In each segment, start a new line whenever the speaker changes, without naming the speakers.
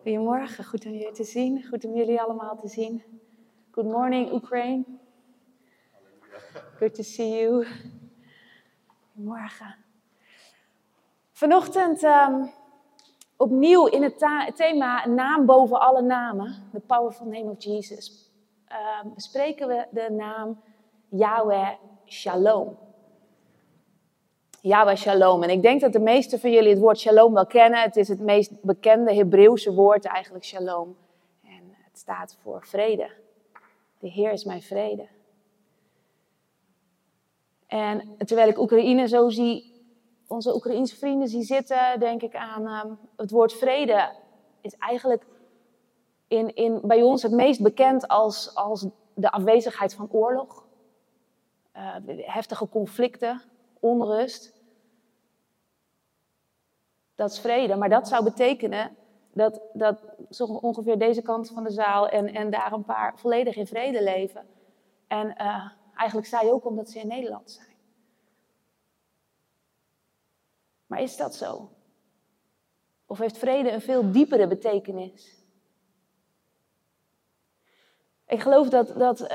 Goedemorgen, goed om jullie te zien. Goed om jullie allemaal te zien. Good morning, Ukraine. Good to see you. Goedemorgen. Vanochtend opnieuw in het thema naam boven alle namen. The powerful name of Jesus. Bespreken we de naam Yahweh Shalom. Yahweh Shalom. En ik denk dat de meesten van jullie het woord Shalom wel kennen. Het is het meest bekende Hebreeuwse woord eigenlijk, Shalom. En het staat voor vrede. De Heer is mijn vrede. En terwijl ik Oekraïne zo zie, onze Oekraïense vrienden zie zitten, denk ik aan het woord vrede. Is eigenlijk bij ons het meest bekend als de afwezigheid van oorlog. Heftige conflicten, onrust. Dat is vrede, maar dat zou betekenen dat zo ongeveer deze kant van de zaal en daar een paar volledig in vrede leven. En eigenlijk sta je ook omdat ze in Nederland zijn. Maar is dat zo? Of heeft vrede een veel diepere betekenis? Ik geloof dat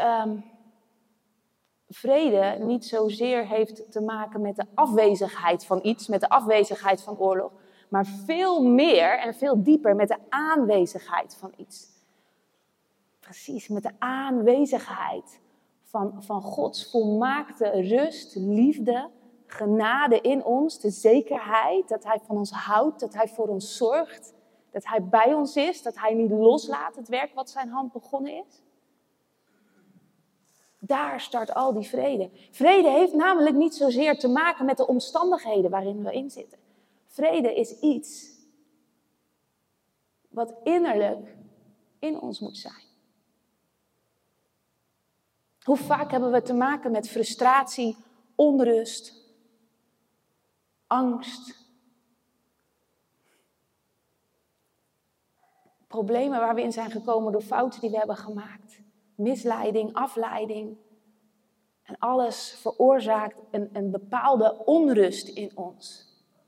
vrede niet zozeer heeft te maken met de afwezigheid van iets, met de afwezigheid van oorlog, maar veel meer en veel dieper met de aanwezigheid van iets. Precies, met de aanwezigheid van Gods volmaakte rust, liefde, genade in ons, de zekerheid dat Hij van ons houdt, dat Hij voor ons zorgt, dat Hij bij ons is, dat Hij niet loslaat het werk wat zijn hand begonnen is. Daar start al die vrede. Vrede heeft namelijk niet zozeer te maken met de omstandigheden waarin we in zitten. Vrede is iets wat innerlijk in ons moet zijn. Hoe vaak hebben we te maken met frustratie, onrust, angst. Problemen waar we in zijn gekomen door fouten die we hebben gemaakt. Misleiding, afleiding. En alles veroorzaakt een bepaalde onrust in ons.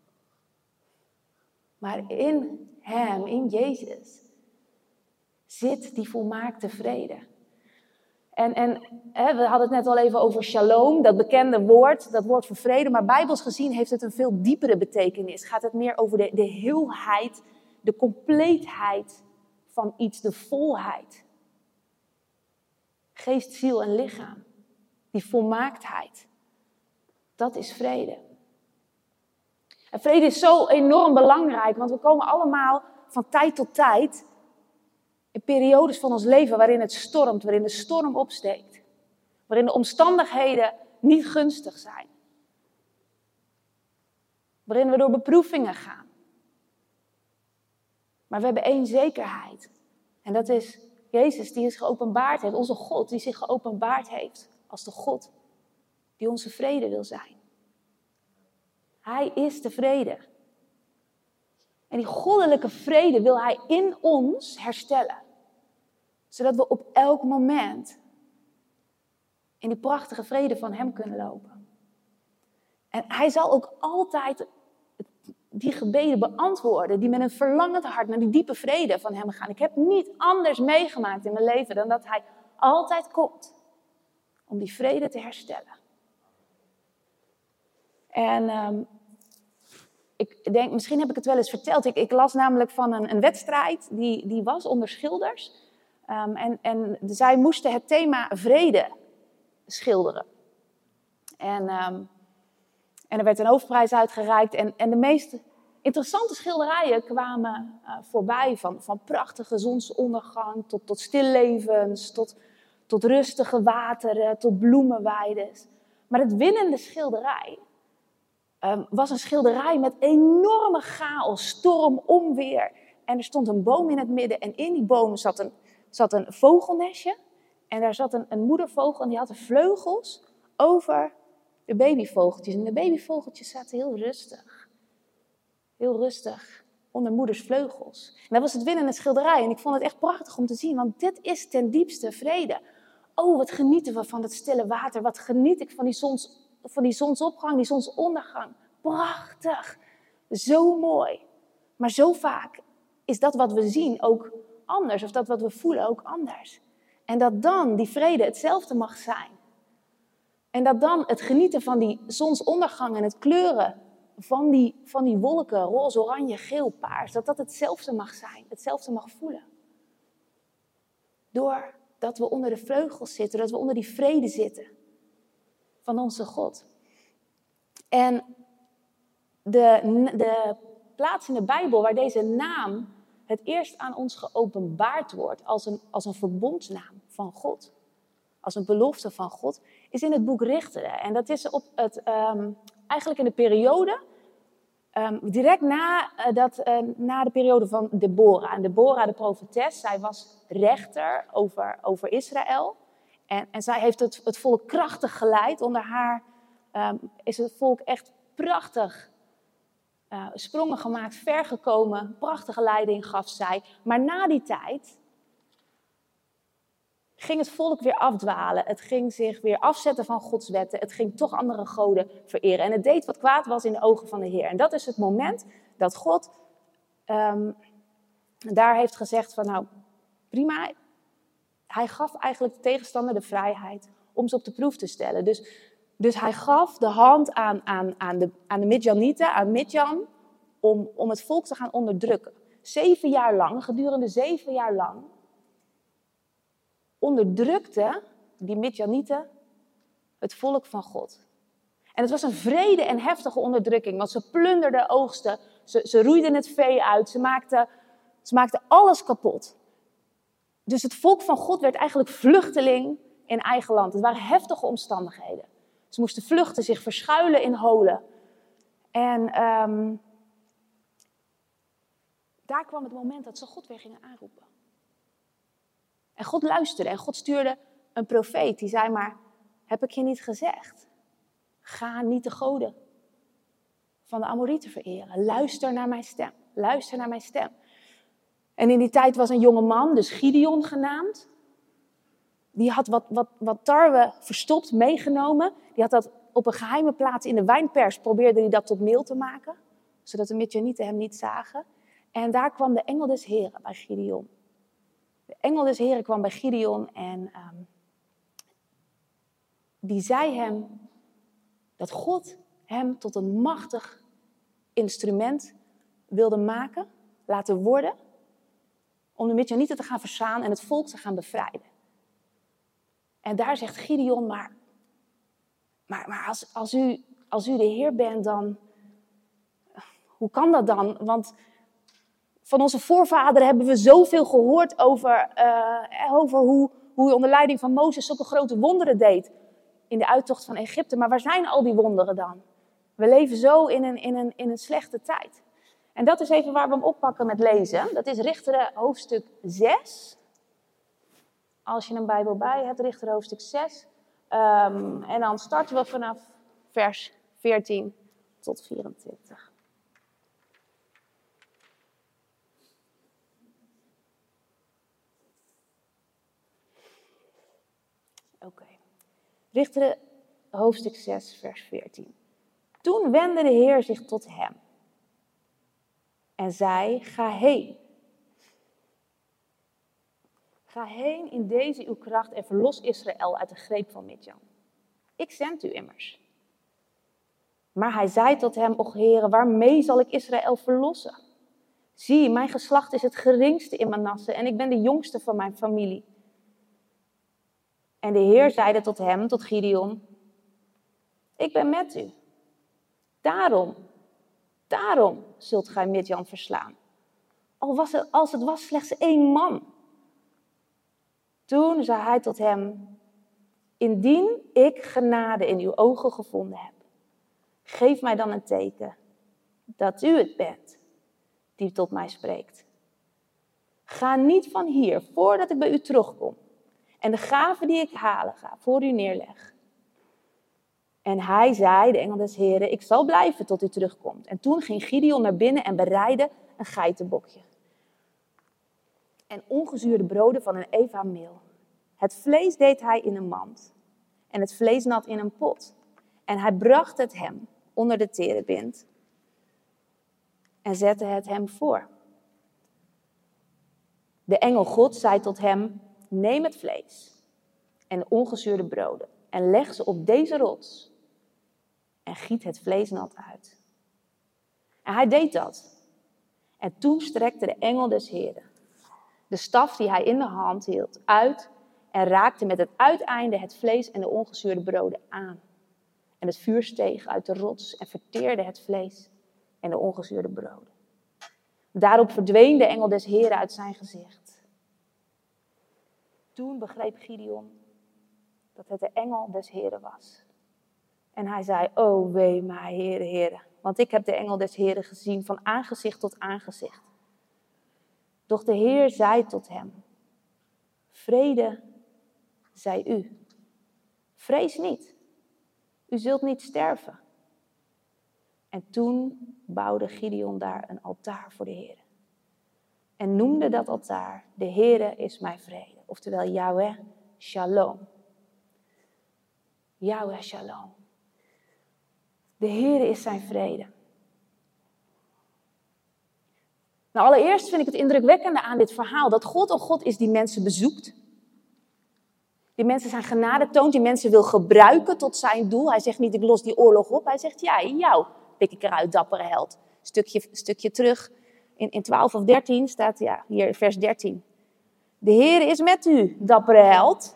Maar in Hem, in Jezus, zit die volmaakte vrede. En we hadden het net al even over shalom, dat bekende woord, dat woord voor vrede. Maar bijbels gezien heeft het een veel diepere betekenis. Gaat het meer over de heelheid, de compleetheid van iets, de volheid. Geest, ziel en lichaam. Die volmaaktheid. Dat is vrede. En vrede is zo enorm belangrijk, want we komen allemaal van tijd tot tijd in periodes van ons leven waarin het stormt, waarin de storm opsteekt. Waarin de omstandigheden niet gunstig zijn. Waarin we door beproevingen gaan. Maar we hebben één zekerheid. En dat is Jezus die zich geopenbaard heeft, onze God die zich geopenbaard heeft als de God die onze vrede wil zijn. Hij is de vrede. En die goddelijke vrede wil Hij in ons herstellen. Zodat we op elk moment in die prachtige vrede van Hem kunnen lopen. En Hij zal ook altijd die gebeden beantwoorden die met een verlangend hart naar die diepe vrede van Hem gaan. Ik heb niet anders meegemaakt in mijn leven dan dat Hij altijd komt om die vrede te herstellen. En ik denk, misschien heb ik het wel eens verteld. Ik las namelijk van een wedstrijd die was onder schilders. En zij moesten het thema vrede schilderen. En er werd een hoofdprijs uitgereikt. En de meest interessante schilderijen kwamen voorbij. Van prachtige zonsondergang tot stillevens, tot rustige wateren, tot bloemenweides. Maar het winnende schilderij was een schilderij met enorme chaos, storm, onweer. En er stond een boom in het midden en in die boom zat een vogelnestje. En daar zat een moedervogel en die had de vleugels over de babyvogeltjes. En de babyvogeltjes zaten heel rustig onder moeders vleugels. En dat was het winnende schilderij. En ik vond het echt prachtig om te zien, want dit is ten diepste vrede. Oh, wat genieten we van het stille water. Wat geniet ik van die zonsopgang, die zonsondergang. Prachtig. Zo mooi. Maar zo vaak is dat wat we zien ook anders. Of dat wat we voelen ook anders. En dat dan die vrede hetzelfde mag zijn. En dat dan het genieten van die zonsondergang en het kleuren van die wolken, roze, oranje, geel, paars, dat hetzelfde mag zijn, hetzelfde mag voelen. Doordat we onder de vleugels zitten, dat we onder die vrede zitten van onze God. En de plaats in de Bijbel waar deze naam het eerst aan ons geopenbaard wordt als een verbondsnaam van God, als een belofte van God, is in het boek Richteren. En dat is eigenlijk in de periode, direct na de periode van Deborah. En Deborah, de profetes, zij was rechter over Israël. En zij heeft het volk krachtig geleid. Onder haar is het volk echt prachtig sprongen gemaakt, ver gekomen. Prachtige leiding gaf zij. Maar na die tijd ging het volk weer afdwalen. Het ging zich weer afzetten van Gods wetten. Het ging toch andere goden vereren. En het deed wat kwaad was in de ogen van de Heer. En dat is het moment dat God daar heeft gezegd van nou, prima. Hij gaf eigenlijk de tegenstander de vrijheid om ze op de proef te stellen. Dus hij gaf de hand aan de Midjanieten, aan Midjan, om het volk te gaan onderdrukken. 7 jaar lang, gedurende 7 jaar lang, onderdrukte die Midjanieten het volk van God. En het was een wrede en heftige onderdrukking, want ze plunderden oogsten, ze roeiden het vee uit, ze maakten alles kapot. Dus het volk van God werd eigenlijk vluchteling in eigen land. Het waren heftige omstandigheden. Ze moesten vluchten, zich verschuilen in holen. En daar kwam het moment dat ze God weer gingen aanroepen. En God luisterde en God stuurde een profeet die zei maar, heb ik je niet gezegd? Ga niet de goden van de Amorieten vereren. Luister naar mijn stem. Luister naar mijn stem. En in die tijd was een jonge man, dus Gideon genaamd. Die had wat tarwe verstopt, meegenomen. Die had dat op een geheime plaats in de wijnpers, probeerde hij dat tot meel te maken. Zodat de Midjanieten hem niet zagen. En daar kwam de engel des Heren bij Gideon. De engel des Heren kwam bij Gideon en die zei hem dat God hem tot een machtig instrument wilde maken, laten worden, om de Midjanieten te gaan verslaan en het volk te gaan bevrijden. En daar zegt Gideon, maar als u de Heer bent, dan hoe kan dat dan? Want van onze voorvaderen hebben we zoveel gehoord over hoe u onder leiding van Mozes zulke grote wonderen deed in de uittocht van Egypte. Maar waar zijn al die wonderen dan? We leven zo in een slechte tijd. En dat is even waar we hem oppakken met lezen. Dat is Richteren hoofdstuk 6. Als je een Bijbel bij hebt, Richteren hoofdstuk 6. En dan starten we vanaf vers 14 tot 24. Oké. Richteren hoofdstuk 6, vers 14. Toen wendde de Heer zich tot hem en zei, ga heen. Ga heen in deze uw kracht en verlos Israël uit de greep van Midjan. Ik zend u immers. Maar hij zei tot hem, och Heere, waarmee zal ik Israël verlossen? Zie, mijn geslacht is het geringste in Manasse en ik ben de jongste van mijn familie. En de Heer zeide tot hem, tot Gideon, ik ben met u. Daarom zult gij Midjan verslaan. Als het was slechts 1 man. Toen zei hij tot hem, indien ik genade in uw ogen gevonden heb, geef mij dan een teken dat u het bent die tot mij spreekt. Ga niet van hier voordat ik bij u terugkom en de gave die ik halen ga voor u neerleg. En hij zei, de engel des Heren, ik zal blijven tot u terugkomt. En toen ging Gideon naar binnen en bereidde een geitenbokje. En ongezuurde broden van een eva meel. Het vlees deed hij in een mand en het vleesnat in een pot. En hij bracht het hem onder de terebint en zette het hem voor. De engel God zei tot hem, neem het vlees en de ongezuurde broden en leg ze op deze rots en giet het vlees nat uit. En hij deed dat. En toen strekte de engel des Heren de staf die hij in de hand hield uit en raakte met het uiteinde het vlees en de ongezuurde broden aan. En het vuur steeg uit de rots en verteerde het vlees en de ongezuurde broden. Daarop verdween de engel des Heren uit zijn gezicht. Toen begreep Gideon dat het de engel des Heren was. En hij zei, o wee mij, Heere, Heere, want ik heb de engel des Heren gezien van aangezicht tot aangezicht. Doch de Heer zei tot hem, vrede zij u. Vrees niet, u zult niet sterven. En toen bouwde Gideon daar een altaar voor de Heer. En noemde dat altaar, de Heere is mijn vrede. Oftewel, Yahweh Shalom. Yahweh Shalom. De Heere is zijn vrede. Nou, allereerst vind ik het indrukwekkende aan dit verhaal dat God een God is die mensen bezoekt. Die mensen zijn genade toont, die mensen wil gebruiken tot zijn doel. Hij zegt niet, ik los die oorlog op. Hij zegt, ja, in jou pik ik eruit, dappere held. Stukje terug in 12 of 13 staat, ja, hier vers 13. De Heer is met u, dappere held.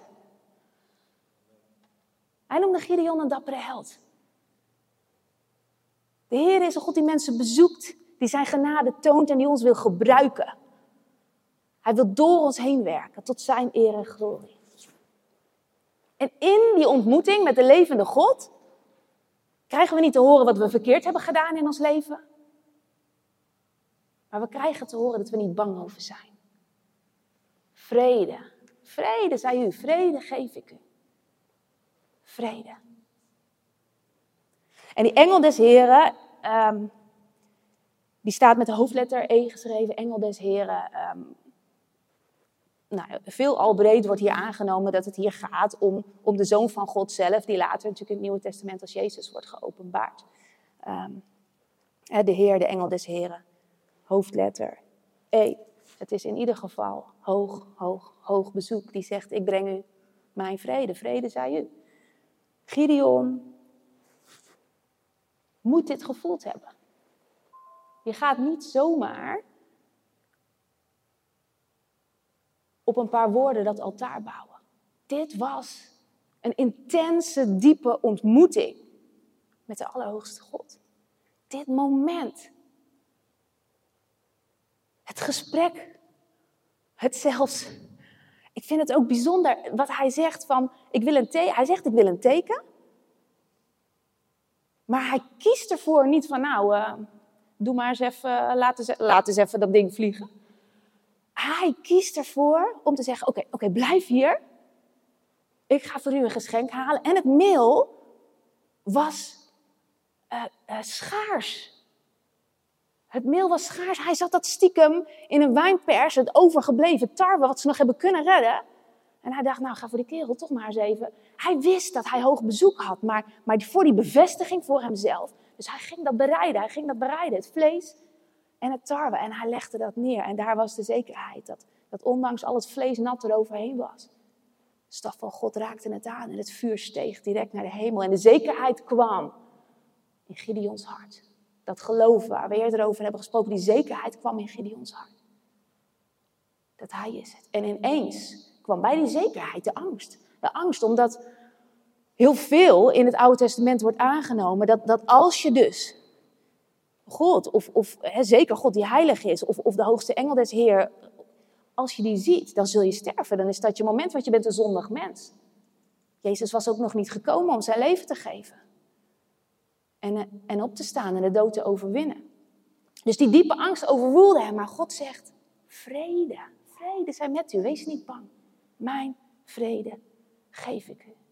Hij noemde Gideon een dappere held. De Heer is een God die mensen bezoekt, die zijn genade toont en die ons wil gebruiken. Hij wil door ons heen werken, tot zijn eer en glorie. En in die ontmoeting met de levende God, krijgen we niet te horen wat we verkeerd hebben gedaan in ons leven. Maar we krijgen te horen dat we niet bang hoeven zijn. Vrede. Vrede, zei u. Vrede geef ik u. Vrede. En die engel des Heren, die staat met de hoofdletter E geschreven. Engel des Heren. Veelal breed wordt hier aangenomen dat het hier gaat om de Zoon van God zelf, die later natuurlijk in het Nieuwe Testament als Jezus wordt geopenbaard. De Heer, de engel des Heren. Hoofdletter E. Het is in ieder geval hoog bezoek. Die zegt, ik breng u mijn vrede. Vrede zij u. Gideon moet dit gevoeld hebben. Je gaat niet zomaar op een paar woorden dat altaar bouwen. Dit was een intense, diepe ontmoeting met de Allerhoogste God. Dit moment. Het gesprek. Het zelfs. Ik vind het ook bijzonder wat hij zegt van, hij zegt ik wil een teken. Maar hij kiest ervoor niet van doe maar eens even, laat eens even dat ding vliegen. Hij kiest ervoor om te zeggen, oké, blijf hier. Ik ga voor u een geschenk halen. En het meel was schaars. Het meel was schaars. Hij zat dat stiekem in een wijnpers, het overgebleven tarwe, wat ze nog hebben kunnen redden. En hij dacht, ga voor die kerel toch maar eens even. Hij wist dat hij hoog bezoek had, maar voor die bevestiging voor hemzelf. Dus hij ging dat bereiden, het vlees en het tarwe. En hij legde dat neer. En daar was de zekerheid dat ondanks al het vlees nat eroverheen was. De staf van God raakte het aan en het vuur steeg direct naar de hemel. En de zekerheid kwam in Gideons hart. Dat geloof waar we eerder over hebben gesproken, die zekerheid kwam in Gideons hart. Dat hij is het. En ineens kwam bij die zekerheid de angst. De angst omdat heel veel in het Oude Testament wordt aangenomen dat als je dus God, of zeker God die heilig is, of de hoogste engel des Heer, als je die ziet, dan zul je sterven. Dan is dat je moment, want je bent een zondig mens. Jezus was ook nog niet gekomen om zijn leven te geven. En op te staan en de dood te overwinnen. Dus die diepe angst overwoelde hem, maar God zegt, vrede zij met u, wees niet bang. Mijn vrede geef ik u.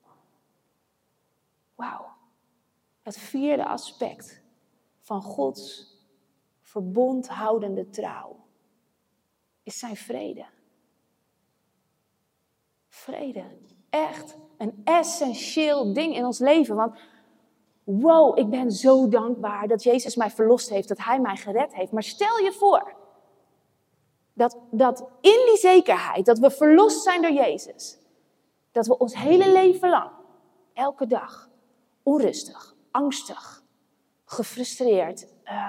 Wauw. Het vierde aspect van Gods verbondhoudende trouw is zijn vrede. Vrede. Echt een essentieel ding in ons leven. Want wow, ik ben zo dankbaar dat Jezus mij verlost heeft, dat hij mij gered heeft. Maar stel je voor Dat in die zekerheid, dat we verlost zijn door Jezus, dat we ons hele leven lang, elke dag, onrustig, angstig, gefrustreerd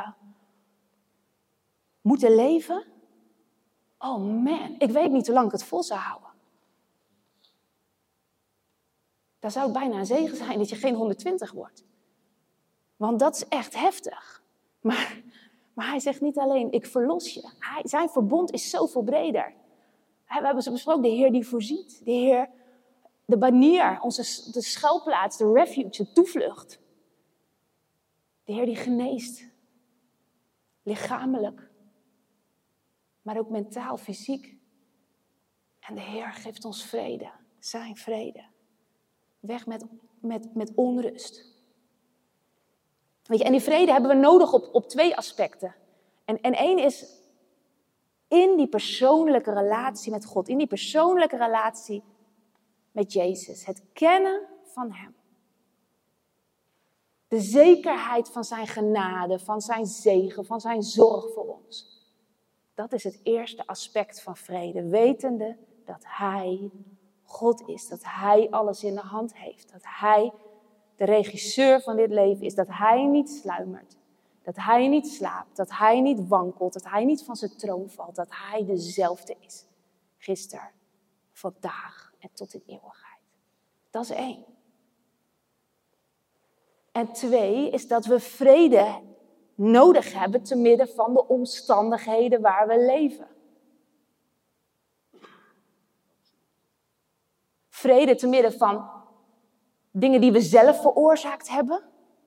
moeten leven. Oh man, ik weet niet hoe lang ik het vol zou houden. Dan zou het bijna een zegen zijn dat je geen 120 wordt. Want dat is echt heftig. Maar hij zegt niet alleen, ik verlos je. Zijn verbond is zoveel breder. We hebben ze besproken, de Heer die voorziet. De Heer, de banier, de schuilplaats, de refuge, de toevlucht. De Heer die geneest. Lichamelijk. Maar ook mentaal, fysiek. En de Heer geeft ons vrede. Zijn vrede. Weg met onrust. Weet je, en die vrede hebben we nodig op twee aspecten. En één is in die persoonlijke relatie met God. In die persoonlijke relatie met Jezus. Het kennen van Hem. De zekerheid van zijn genade, van zijn zegen, van zijn zorg voor ons. Dat is het eerste aspect van vrede. Wetende dat Hij God is. Dat Hij alles in de hand heeft. Dat Hij de regisseur van dit leven is. Dat Hij niet sluimert. Dat Hij niet slaapt. Dat Hij niet wankelt. Dat Hij niet van zijn troon valt. Dat Hij dezelfde is. Gisteren, vandaag en tot in eeuwigheid. Dat is 1. En 2 is dat we vrede nodig hebben te midden van de omstandigheden waar we leven. Vrede te midden van dingen die we zelf veroorzaakt hebben.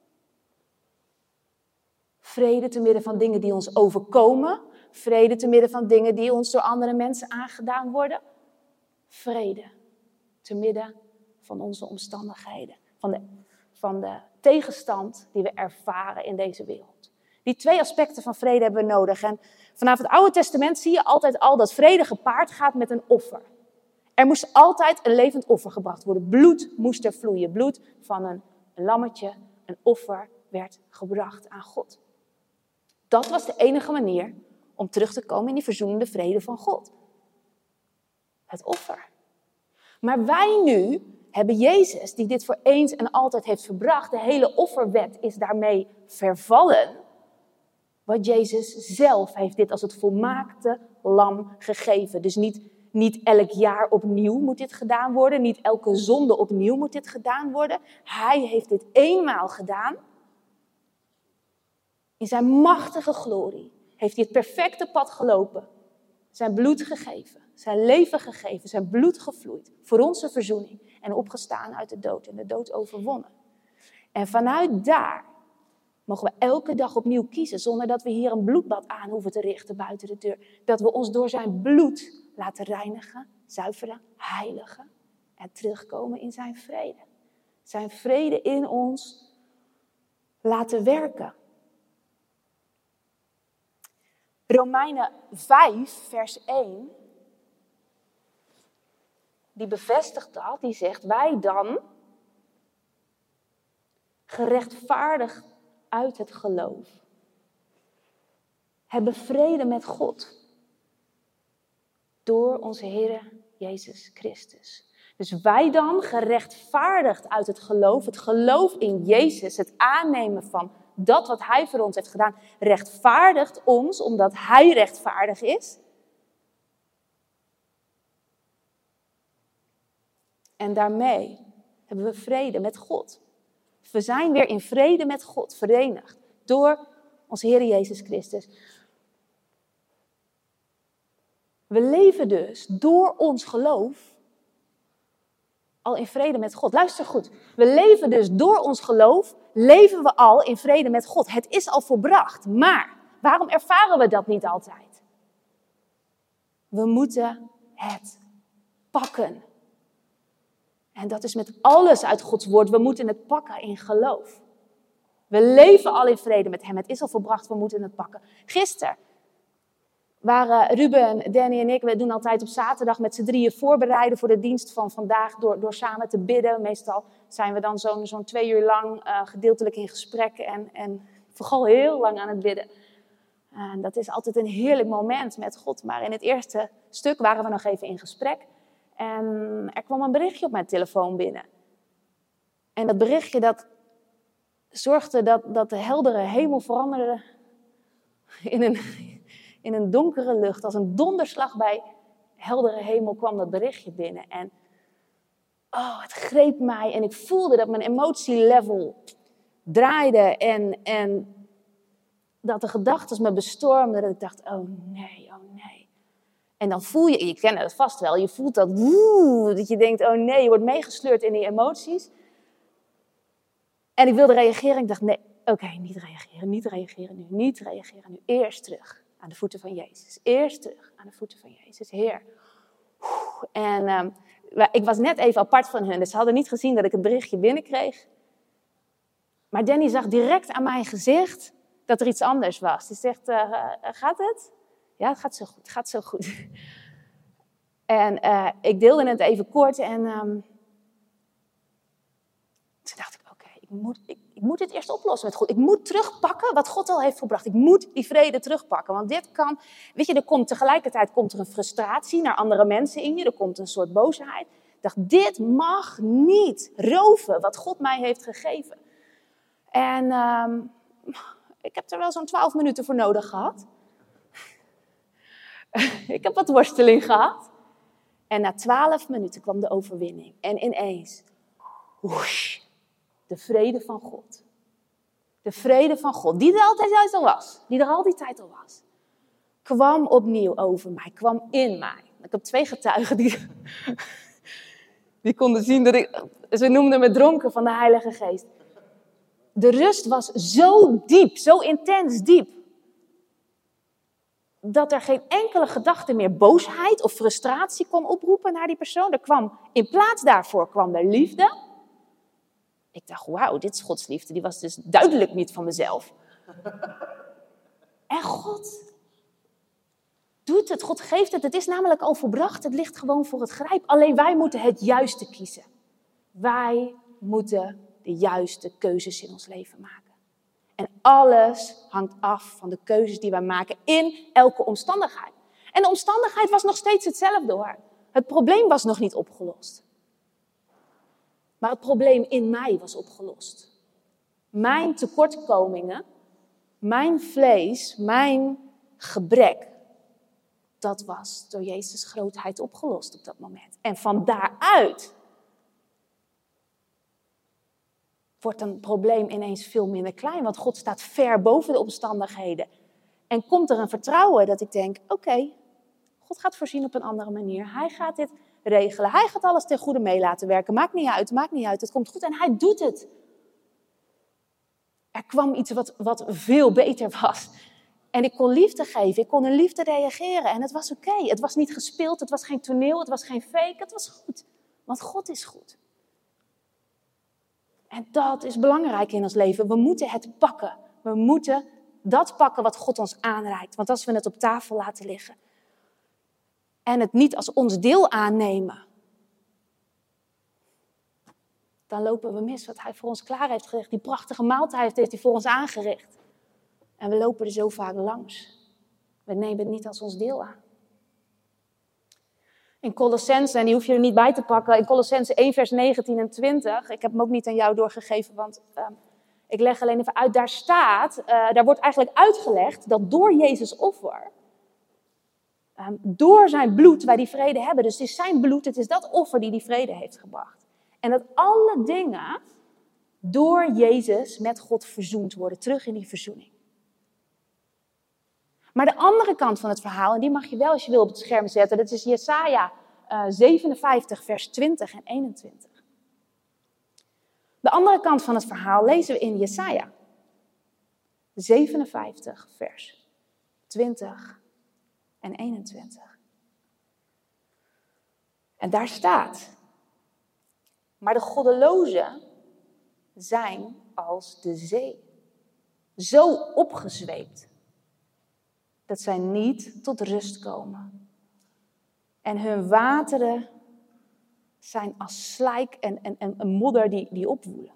Vrede te midden van dingen die ons overkomen. Vrede te midden van dingen die ons door andere mensen aangedaan worden. Vrede te midden van onze omstandigheden. Van de tegenstand die we ervaren in deze wereld. Die 2 aspecten van vrede hebben we nodig. En vanaf het Oude Testament zie je altijd al dat vrede gepaard gaat met een offer. Er moest altijd een levend offer gebracht worden. Bloed moest er vloeien. Bloed van een lammetje, een offer, werd gebracht aan God. Dat was de enige manier om terug te komen in die verzoenende vrede van God. Het offer. Maar wij nu hebben Jezus, die dit voor eens en altijd heeft verbracht. De hele offerwet is daarmee vervallen. Want Jezus zelf heeft dit als het volmaakte lam gegeven. Dus niet elk jaar opnieuw moet dit gedaan worden. Niet elke zonde opnieuw moet dit gedaan worden. Hij heeft dit eenmaal gedaan. In zijn machtige glorie heeft hij het perfecte pad gelopen. Zijn bloed gegeven. Zijn leven gegeven. Zijn bloed gevloeid. Voor onze verzoening. En opgestaan uit de dood. En de dood overwonnen. En vanuit daar mogen we elke dag opnieuw kiezen. Zonder dat we hier een bloedbad aan hoeven te richten buiten de deur. Dat we ons door zijn bloed laten reinigen, zuiveren, heiligen. En terugkomen in zijn vrede. Zijn vrede in ons laten werken. Romeinen 5, vers 1. Die bevestigt dat. Die zegt, wij dan, gerechtvaardigd uit het geloof, hebben vrede met God. Door onze Heere Jezus Christus. Dus wij dan, gerechtvaardigd uit het geloof in Jezus, het aannemen van dat wat Hij voor ons heeft gedaan, rechtvaardigt ons omdat Hij rechtvaardig is. En daarmee hebben we vrede met God. We zijn weer in vrede met God verenigd door onze Heer Jezus Christus. We leven dus door ons geloof al in vrede met God. Luister goed. We leven dus door ons geloof, leven we al in vrede met God. Het is al volbracht. Maar waarom ervaren we dat niet altijd? We moeten het pakken. En dat is met alles uit Gods woord. We moeten het pakken in geloof. We leven al in vrede met Hem. Het is al volbracht, we moeten het pakken. Gisteren waren Ruben, Danny en ik, we doen altijd op zaterdag met z'n drieën voorbereiden voor de dienst van vandaag door samen te bidden. Meestal zijn we dan zo'n 2 uur lang gedeeltelijk in gesprek en vooral heel lang aan het bidden. En dat is altijd een heerlijk moment met God. Maar in het eerste stuk waren we nog even in gesprek. En er kwam een berichtje op mijn telefoon binnen. En dat berichtje dat zorgde dat de heldere hemel veranderde in een donkere lucht. Als een donderslag bij heldere hemel kwam dat berichtje binnen. En het greep mij en ik voelde dat mijn emotielevel draaide. En dat de gedachten me bestormden. Dat ik dacht, oh nee, oh nee. En dan voel je kent het vast wel, je voelt dat dat je denkt, oh nee, je wordt meegesleurd in die emoties. En ik wilde reageren. Ik dacht, nee, oké, niet reageren nu. Eerst terug aan de voeten van Jezus. Eerst terug aan de voeten van Jezus. Heer. En ik was net even apart van hun. Dus ze hadden niet gezien dat ik het berichtje binnenkreeg. Maar Danny zag direct aan mijn gezicht dat er iets anders was. Die zegt, gaat het? Ja, het gaat zo goed. En ik deelde het even kort. En toen dacht ik, ik moet dit eerst oplossen met God. Ik moet terugpakken wat God al heeft gebracht. Ik moet die vrede terugpakken. Want dit kan, weet je, tegelijkertijd komt er een frustratie naar andere mensen in je. Er komt een soort boosheid. Ik dacht, dit mag niet roven wat God mij heeft gegeven. En ik heb er wel zo'n 12 minuten voor nodig gehad. Ik heb wat worsteling gehad. En na 12 minuten kwam de overwinning. En ineens, de vrede van God. De vrede van God, die er altijd al was. Die er al die tijd al was. Kwam opnieuw over mij, kwam in mij. Ik heb 2 getuigen die konden zien dat ze noemden me dronken van de Heilige Geest. De rust was zo diep, zo intens diep. Dat er geen enkele gedachte meer boosheid of frustratie kon oproepen naar die persoon. In plaats daarvoor kwam er liefde. Ik dacht, wauw, dit is Gods liefde. Die was dus duidelijk niet van mezelf. En God doet het. God geeft het. Het is namelijk al volbracht. Het ligt gewoon voor het grijpen. Alleen wij moeten het juiste kiezen. Wij moeten de juiste keuzes in ons leven maken. En alles hangt af van de keuzes die wij maken in elke omstandigheid. En de omstandigheid was nog steeds hetzelfde hoor. Het probleem was nog niet opgelost. Maar het probleem in mij was opgelost. Mijn tekortkomingen, mijn vlees, mijn gebrek, dat was door Jezus' grootheid opgelost op dat moment. En van daaruit wordt een probleem ineens veel minder klein, want God staat ver boven de omstandigheden. En komt er een vertrouwen dat ik denk, oké, God gaat voorzien op een andere manier. Hij gaat dit regelen. Hij gaat alles ten goede mee laten werken. Maakt niet uit. Het komt goed en hij doet het. Er kwam iets wat veel beter was. En ik kon liefde geven. Ik kon in liefde reageren. En het was oké. Het was niet gespeeld. Het was geen toneel. Het was geen fake. Het was goed. Want God is goed. En dat is belangrijk in ons leven. We moeten het pakken. We moeten dat pakken wat God ons aanreikt. Want als we het op tafel laten liggen en het niet als ons deel aannemen, dan lopen we mis wat hij voor ons klaar heeft gelegd. Die prachtige maaltijd heeft hij voor ons aangericht. En we lopen er zo vaak langs. We nemen het niet als ons deel aan. In Colossenzen, en die hoef je er niet bij te pakken, in Colossenzen 1 vers 19 en 20, ik heb hem ook niet aan jou doorgegeven, want ik leg alleen even uit, daar staat, daar wordt eigenlijk uitgelegd dat door Jezus' offer, door zijn bloed wij die vrede hebben. Dus het is zijn bloed, het is dat offer die vrede heeft gebracht. En dat alle dingen door Jezus met God verzoend worden, terug in die verzoening. Maar de andere kant van het verhaal, en die mag je wel als je wil op het scherm zetten, dat is Jesaja 57 vers 20 en 21. De andere kant van het verhaal lezen we in Jesaja 57 vers 20 en 21. En daar staat: maar de goddelozen zijn als de zee, zo opgezweept dat zij niet tot rust komen. En hun wateren zijn als slijk en modder die opwoelen.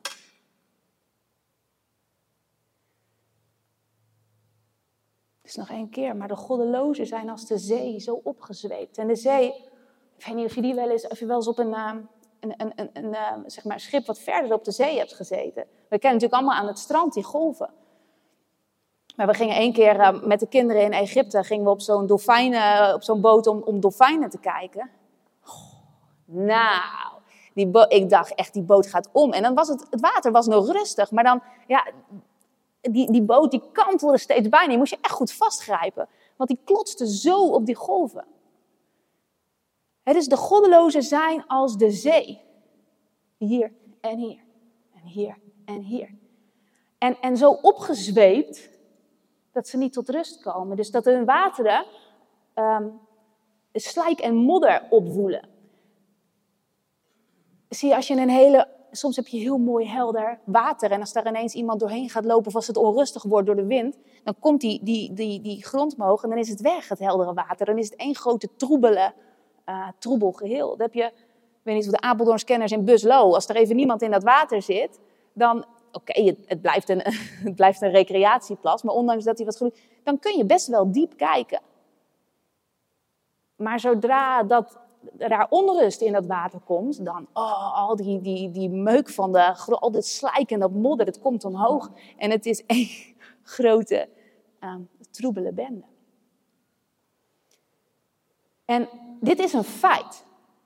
Dus nog 1 keer. Maar de goddelozen zijn als de zee zo opgezweept. En de zee, ik weet niet of je wel eens op een zeg maar schip wat verder op de zee hebt gezeten. We kennen natuurlijk allemaal aan het strand die golven. Maar we gingen 1 keer met de kinderen in Egypte, gingen we op zo'n boot om dolfijnen te kijken. Nou, ik dacht echt, die boot gaat om. En dan was het water was nog rustig, maar dan, ja, die boot die kantelde steeds bijna. Die moest je echt goed vastgrijpen, want die klotste zo op die golven. Dus de goddelozen zijn als de zee. Hier en hier en hier en hier. En zo opgezweept dat ze niet tot rust komen. Dus dat hun wateren slijk en modder opwoelen. Zie je, als je soms heb je heel mooi helder water. En als daar ineens iemand doorheen gaat lopen of als het onrustig wordt door de wind, dan komt die grond omhoog en dan is het weg, het heldere water. Dan is het één grote troebel geheel. Dat heb je, ik weet niet of de Apeldoorns kenners in Buslo, als er even niemand in dat water zit, dan, het blijft een recreatieplas, maar ondanks dat hij wat groeit, dan kun je best wel diep kijken. Maar zodra daar onrust in dat water komt, dan al die meuk van al dit slijk en dat modder, het komt omhoog. En het is één grote troebele bende. En dit is een feit.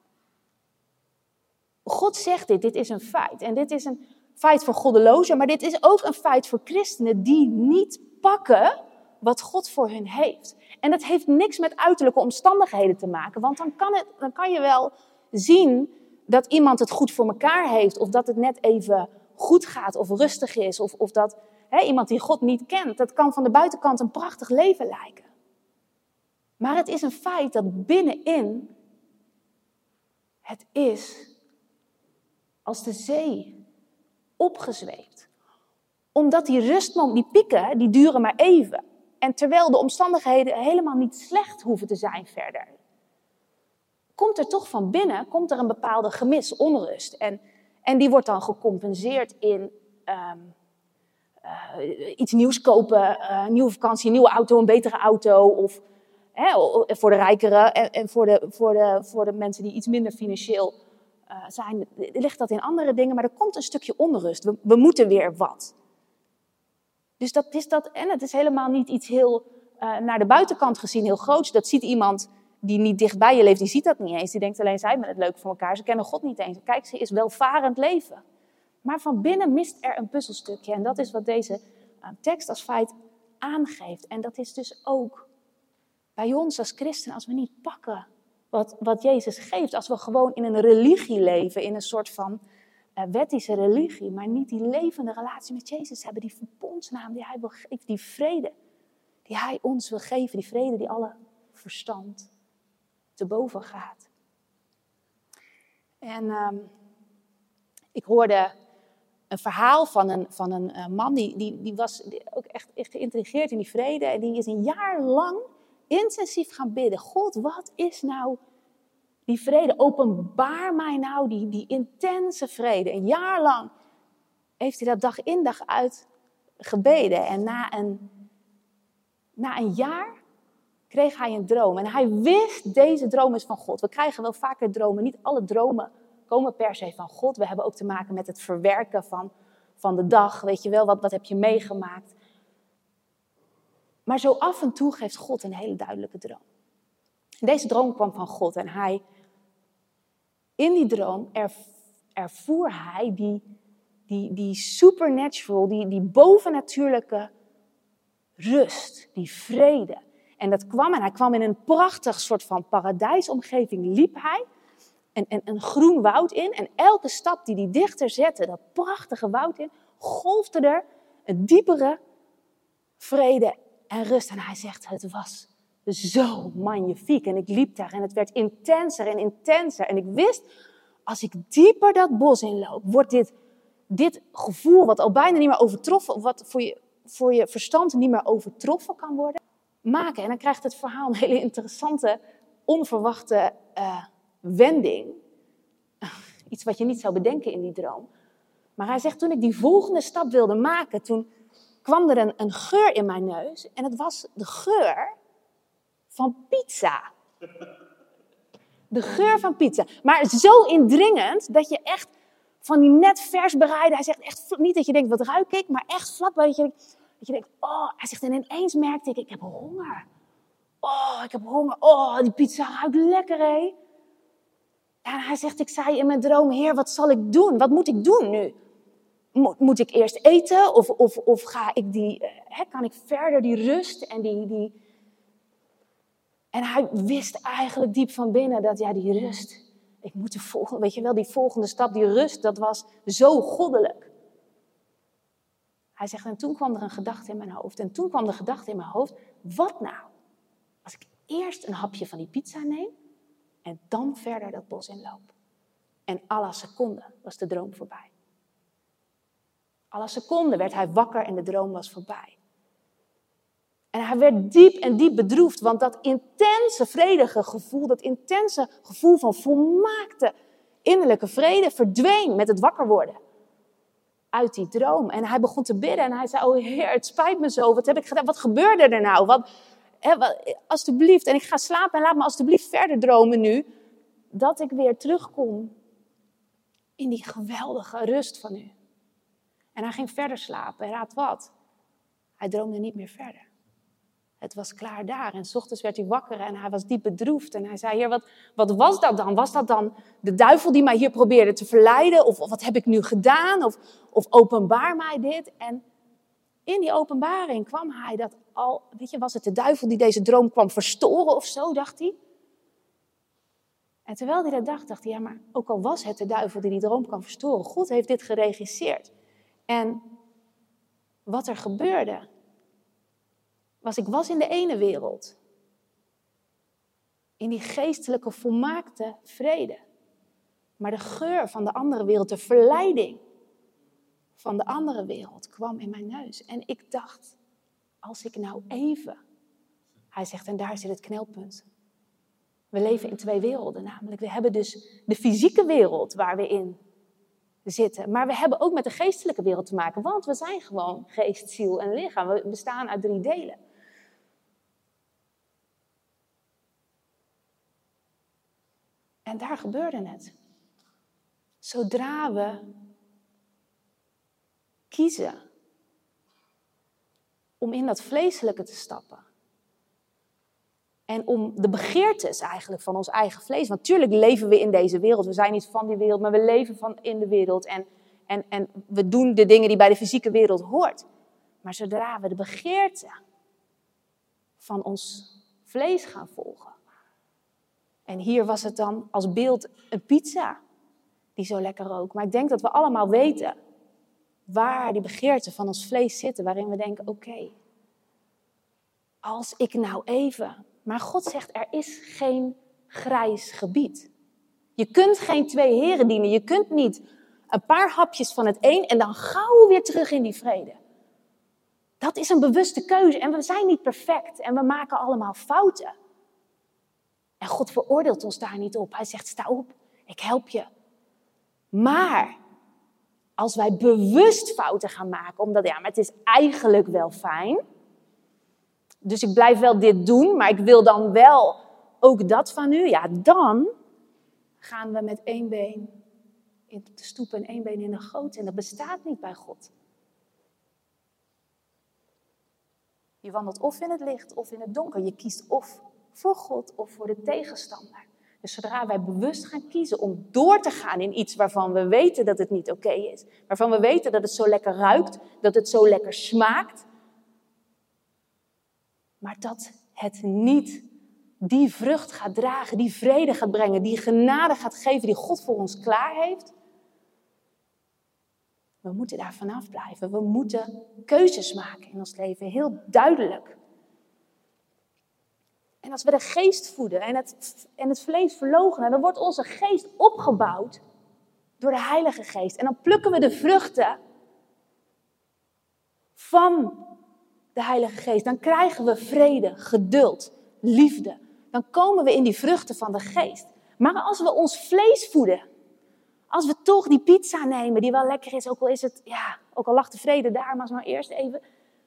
God zegt dit is een feit. En dit is een feit voor goddelozen, maar dit is ook een feit voor christenen die niet pakken wat God voor hun heeft. En dat heeft niks met uiterlijke omstandigheden te maken, want dan kan je wel zien dat iemand het goed voor elkaar heeft, of dat het net even goed gaat, of rustig is, of dat iemand die God niet kent, dat kan van de buitenkant een prachtig leven lijken. Maar het is een feit dat binnenin het is als de zee opgezweept. Omdat die rustmomenten, die pieken, die duren maar even. En terwijl de omstandigheden helemaal niet slecht hoeven te zijn verder, komt er toch van binnen een bepaalde gemis, onrust. En die wordt dan gecompenseerd in iets nieuws kopen, een nieuwe vakantie, een nieuwe auto, een betere auto. Of voor de rijkeren en voor de mensen die iets minder financieel zijn, ligt dat in andere dingen. Maar er komt een stukje onrust. We moeten weer wat. Dus en het is helemaal niet iets heel, naar de buitenkant gezien, heel groots. Dat ziet iemand die niet dicht bij je leeft, die ziet dat niet eens. Die denkt alleen, zij hebben het leuk voor elkaar. Ze kennen God niet eens. Kijk, ze is welvarend leven. Maar van binnen mist er een puzzelstukje. En dat is wat deze tekst als feit aangeeft. En dat is dus ook bij ons als christenen, als we niet pakken wat Jezus geeft. Als we gewoon in een religie leven, in een soort van wettische religie, maar niet die levende relatie met Jezus hebben, die verbondsnaam die hij wil geven, die vrede die hij ons wil geven, die vrede die alle verstand te boven gaat. En ik hoorde een verhaal van een man die was ook echt geïntrigeerd in die vrede en die is een jaar lang intensief gaan bidden. God, wat is nou die vrede? Openbaar mij nou die intense vrede. Een jaar lang heeft hij dat dag in dag uit gebeden. En na een jaar kreeg hij een droom. En hij wist, deze droom is van God. We krijgen wel vaker dromen. Niet alle dromen komen per se van God. We hebben ook te maken met het verwerken van de dag. Weet je wel, wat heb je meegemaakt? Maar zo af en toe geeft God een hele duidelijke droom. En deze droom kwam van God. En in die droom ervoer hij die supernatural, die bovennatuurlijke rust, die vrede. En hij kwam in een prachtig soort van paradijsomgeving, liep hij. En een groen woud in. En elke stap die hij dichter zette, dat prachtige woud in, golfde er een diepere vrede en rust. En hij zegt, het was zo magnifiek. En ik liep daar en het werd intenser en intenser. En ik wist, als ik dieper dat bos inloop, wordt dit gevoel wat al bijna niet meer overtroffen, wat voor je verstand niet meer overtroffen kan worden, maken. En dan krijgt het verhaal een hele interessante, onverwachte wending. Iets wat je niet zou bedenken in die droom. Maar hij zegt, toen ik die volgende stap wilde maken, toen kwam er een geur in mijn neus. En het was de geur van pizza. De geur van pizza. Maar zo indringend dat je echt van die net vers bereide. Hij zegt echt, niet dat je denkt, wat ruik ik? Maar echt vlakbij dat je denkt, oh. Hij zegt, en ineens merkte ik heb honger. Oh, ik heb honger. Oh, die pizza ruikt lekker, hé. En hij zegt, ik zei in mijn droom, Heer, wat zal ik doen? Wat moet ik doen nu? Moet ik eerst eten? Of ga ik kan ik verder die rust en die... En hij wist eigenlijk diep van binnen dat, die rust... Ik moet de volgende, weet je wel, die volgende stap, die rust, dat was zo goddelijk. Hij zegt, en toen kwam er een gedachte in mijn hoofd. En toen kwam de gedachte in mijn hoofd, wat nou als ik eerst een hapje van die pizza neem en dan verder dat bos inloop? En à la seconde was de droom voorbij. À la seconde werd hij wakker en de droom was voorbij. En hij werd diep en diep bedroefd, want dat intense vredige gevoel, dat intense gevoel van volmaakte innerlijke vrede verdween met het wakker worden uit die droom. En hij begon te bidden en hij zei, oh Heer, het spijt me zo, wat heb ik gedaan, wat gebeurde er nou? Alsjeblieft, en ik ga slapen en laat me alsjeblieft verder dromen nu, dat ik weer terugkom in die geweldige rust van u. En hij ging verder slapen en raad wat, hij droomde niet meer verder. Het was klaar daar en 's ochtends werd hij wakker en hij was diep bedroefd. En hij zei, Heer, wat was dat dan? Was dat dan de duivel die mij hier probeerde te verleiden? Of wat heb ik nu gedaan? Of openbaar mij dit? En in die openbaring kwam hij dat al... was het de duivel die deze droom kwam verstoren of zo, dacht hij? En terwijl hij dat dacht hij, maar ook al was het de duivel die droom kwam verstoren, God heeft dit geregisseerd. En wat er gebeurde... Ik was in de ene wereld. In die geestelijke volmaakte vrede. Maar de geur van de andere wereld, de verleiding van de andere wereld kwam in mijn neus. En ik dacht, als ik nou even... Hij zegt, en daar zit het knelpunt. We leven in 2 werelden namelijk. We hebben dus de fysieke wereld waar we in zitten. Maar we hebben ook met de geestelijke wereld te maken. Want we zijn gewoon geest, ziel en lichaam. We bestaan uit 3 delen. En daar gebeurde het. Zodra we kiezen om in dat vleeselijke te stappen. En om de begeertes eigenlijk van ons eigen vlees. Want natuurlijk leven we in deze wereld. We zijn niet van die wereld, maar we leven in de wereld. En we doen de dingen die bij de fysieke wereld hoort. Maar zodra we de begeerte van ons vlees gaan volgen. En hier was het dan als beeld een pizza die zo lekker rook. Maar ik denk dat we allemaal weten waar die begeerten van ons vlees zitten. Waarin we denken, oké, als ik nou even... Maar God zegt, er is geen grijs gebied. Je kunt geen 2 heren dienen. Je kunt niet een paar hapjes van het een en dan gauw weer terug in die vrede. Dat is een bewuste keuze. En we zijn niet perfect. En we maken allemaal fouten. En God veroordeelt ons daar niet op. Hij zegt, sta op, ik help je. Maar als wij bewust fouten gaan maken, omdat maar het is eigenlijk wel fijn. Dus ik blijf wel dit doen, maar ik wil dan wel ook dat van u. Ja, dan gaan we met 1 been in de stoep en 1 been in de goot. En dat bestaat niet bij God. Je wandelt of in het licht of in het donker. Je kiest of voor God of voor de tegenstander. Dus zodra wij bewust gaan kiezen om door te gaan in iets waarvan we weten dat het niet oké is. Waarvan we weten dat het zo lekker ruikt, dat het zo lekker smaakt. Maar dat het niet die vrucht gaat dragen, die vrede gaat brengen, die genade gaat geven die God voor ons klaar heeft. We moeten daar vanaf blijven. We moeten keuzes maken in ons leven, heel duidelijk. En als we de geest voeden en het vlees verloochenen, dan wordt onze geest opgebouwd door de Heilige Geest. En dan plukken we de vruchten van de Heilige Geest. Dan krijgen we vrede, geduld, liefde. Dan komen we in die vruchten van de geest. Maar als we ons vlees voeden, als we toch die pizza nemen die wel lekker is, ook al lag de vrede daar, maar als we maar eerst even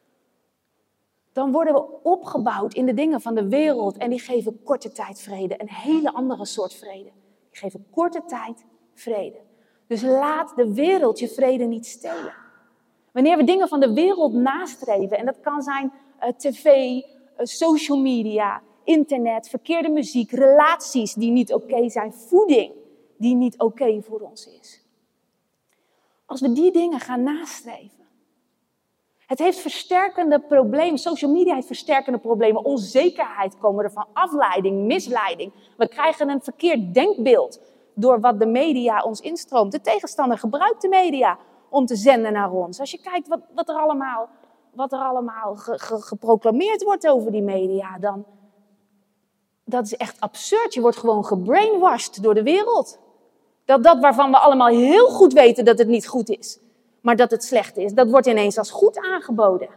dan worden we opgebouwd in de dingen van de wereld en die geven korte tijd vrede. Een hele andere soort vrede. Die geven korte tijd vrede. Dus laat de wereld je vrede niet stelen. Wanneer we dingen van de wereld nastreven, en dat kan zijn tv, social media, internet, verkeerde muziek, relaties die niet oké zijn, voeding die niet oké voor ons is. Als we die dingen gaan nastreven. Het heeft versterkende problemen, social media heeft versterkende problemen, onzekerheid komen er van, afleiding, misleiding. We krijgen een verkeerd denkbeeld door wat de media ons instroomt. De tegenstander gebruikt de media om te zenden naar ons. Als je kijkt wat er allemaal geproclameerd wordt over die media, dan dat is echt absurd. Je wordt gewoon gebrainwashed door de wereld. Dat waarvan we allemaal heel goed weten dat het niet goed is, maar dat het slecht is, dat wordt ineens als goed aangeboden.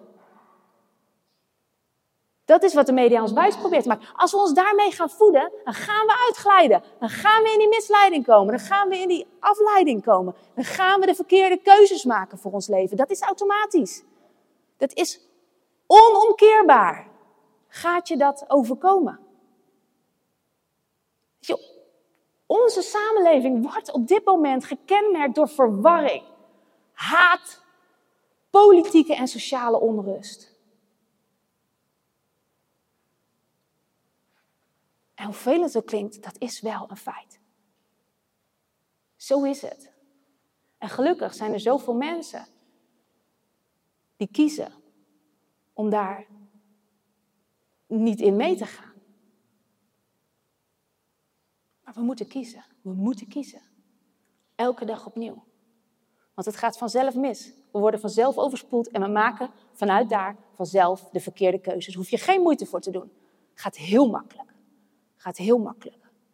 Dat is wat de media ons wijs probeert te maken. Als we ons daarmee gaan voeden, dan gaan we uitglijden. Dan gaan we in die misleiding komen. Dan gaan we in die afleiding komen. Dan gaan we de verkeerde keuzes maken voor ons leven. Dat is automatisch. Dat is onomkeerbaar. Gaat je dat overkomen? Onze samenleving wordt op dit moment gekenmerkt door verwarring, haat, politieke en sociale onrust. En hoeveel het ook klinkt, dat is wel een feit. Zo is het. En gelukkig zijn er zoveel mensen die kiezen om daar niet in mee te gaan. Maar we moeten kiezen. We moeten kiezen. Elke dag opnieuw. Want het gaat vanzelf mis. We worden vanzelf overspoeld en we maken vanuit daar vanzelf de verkeerde keuzes. Daar hoef je geen moeite voor te doen. Gaat heel makkelijk. Gaat heel makkelijk.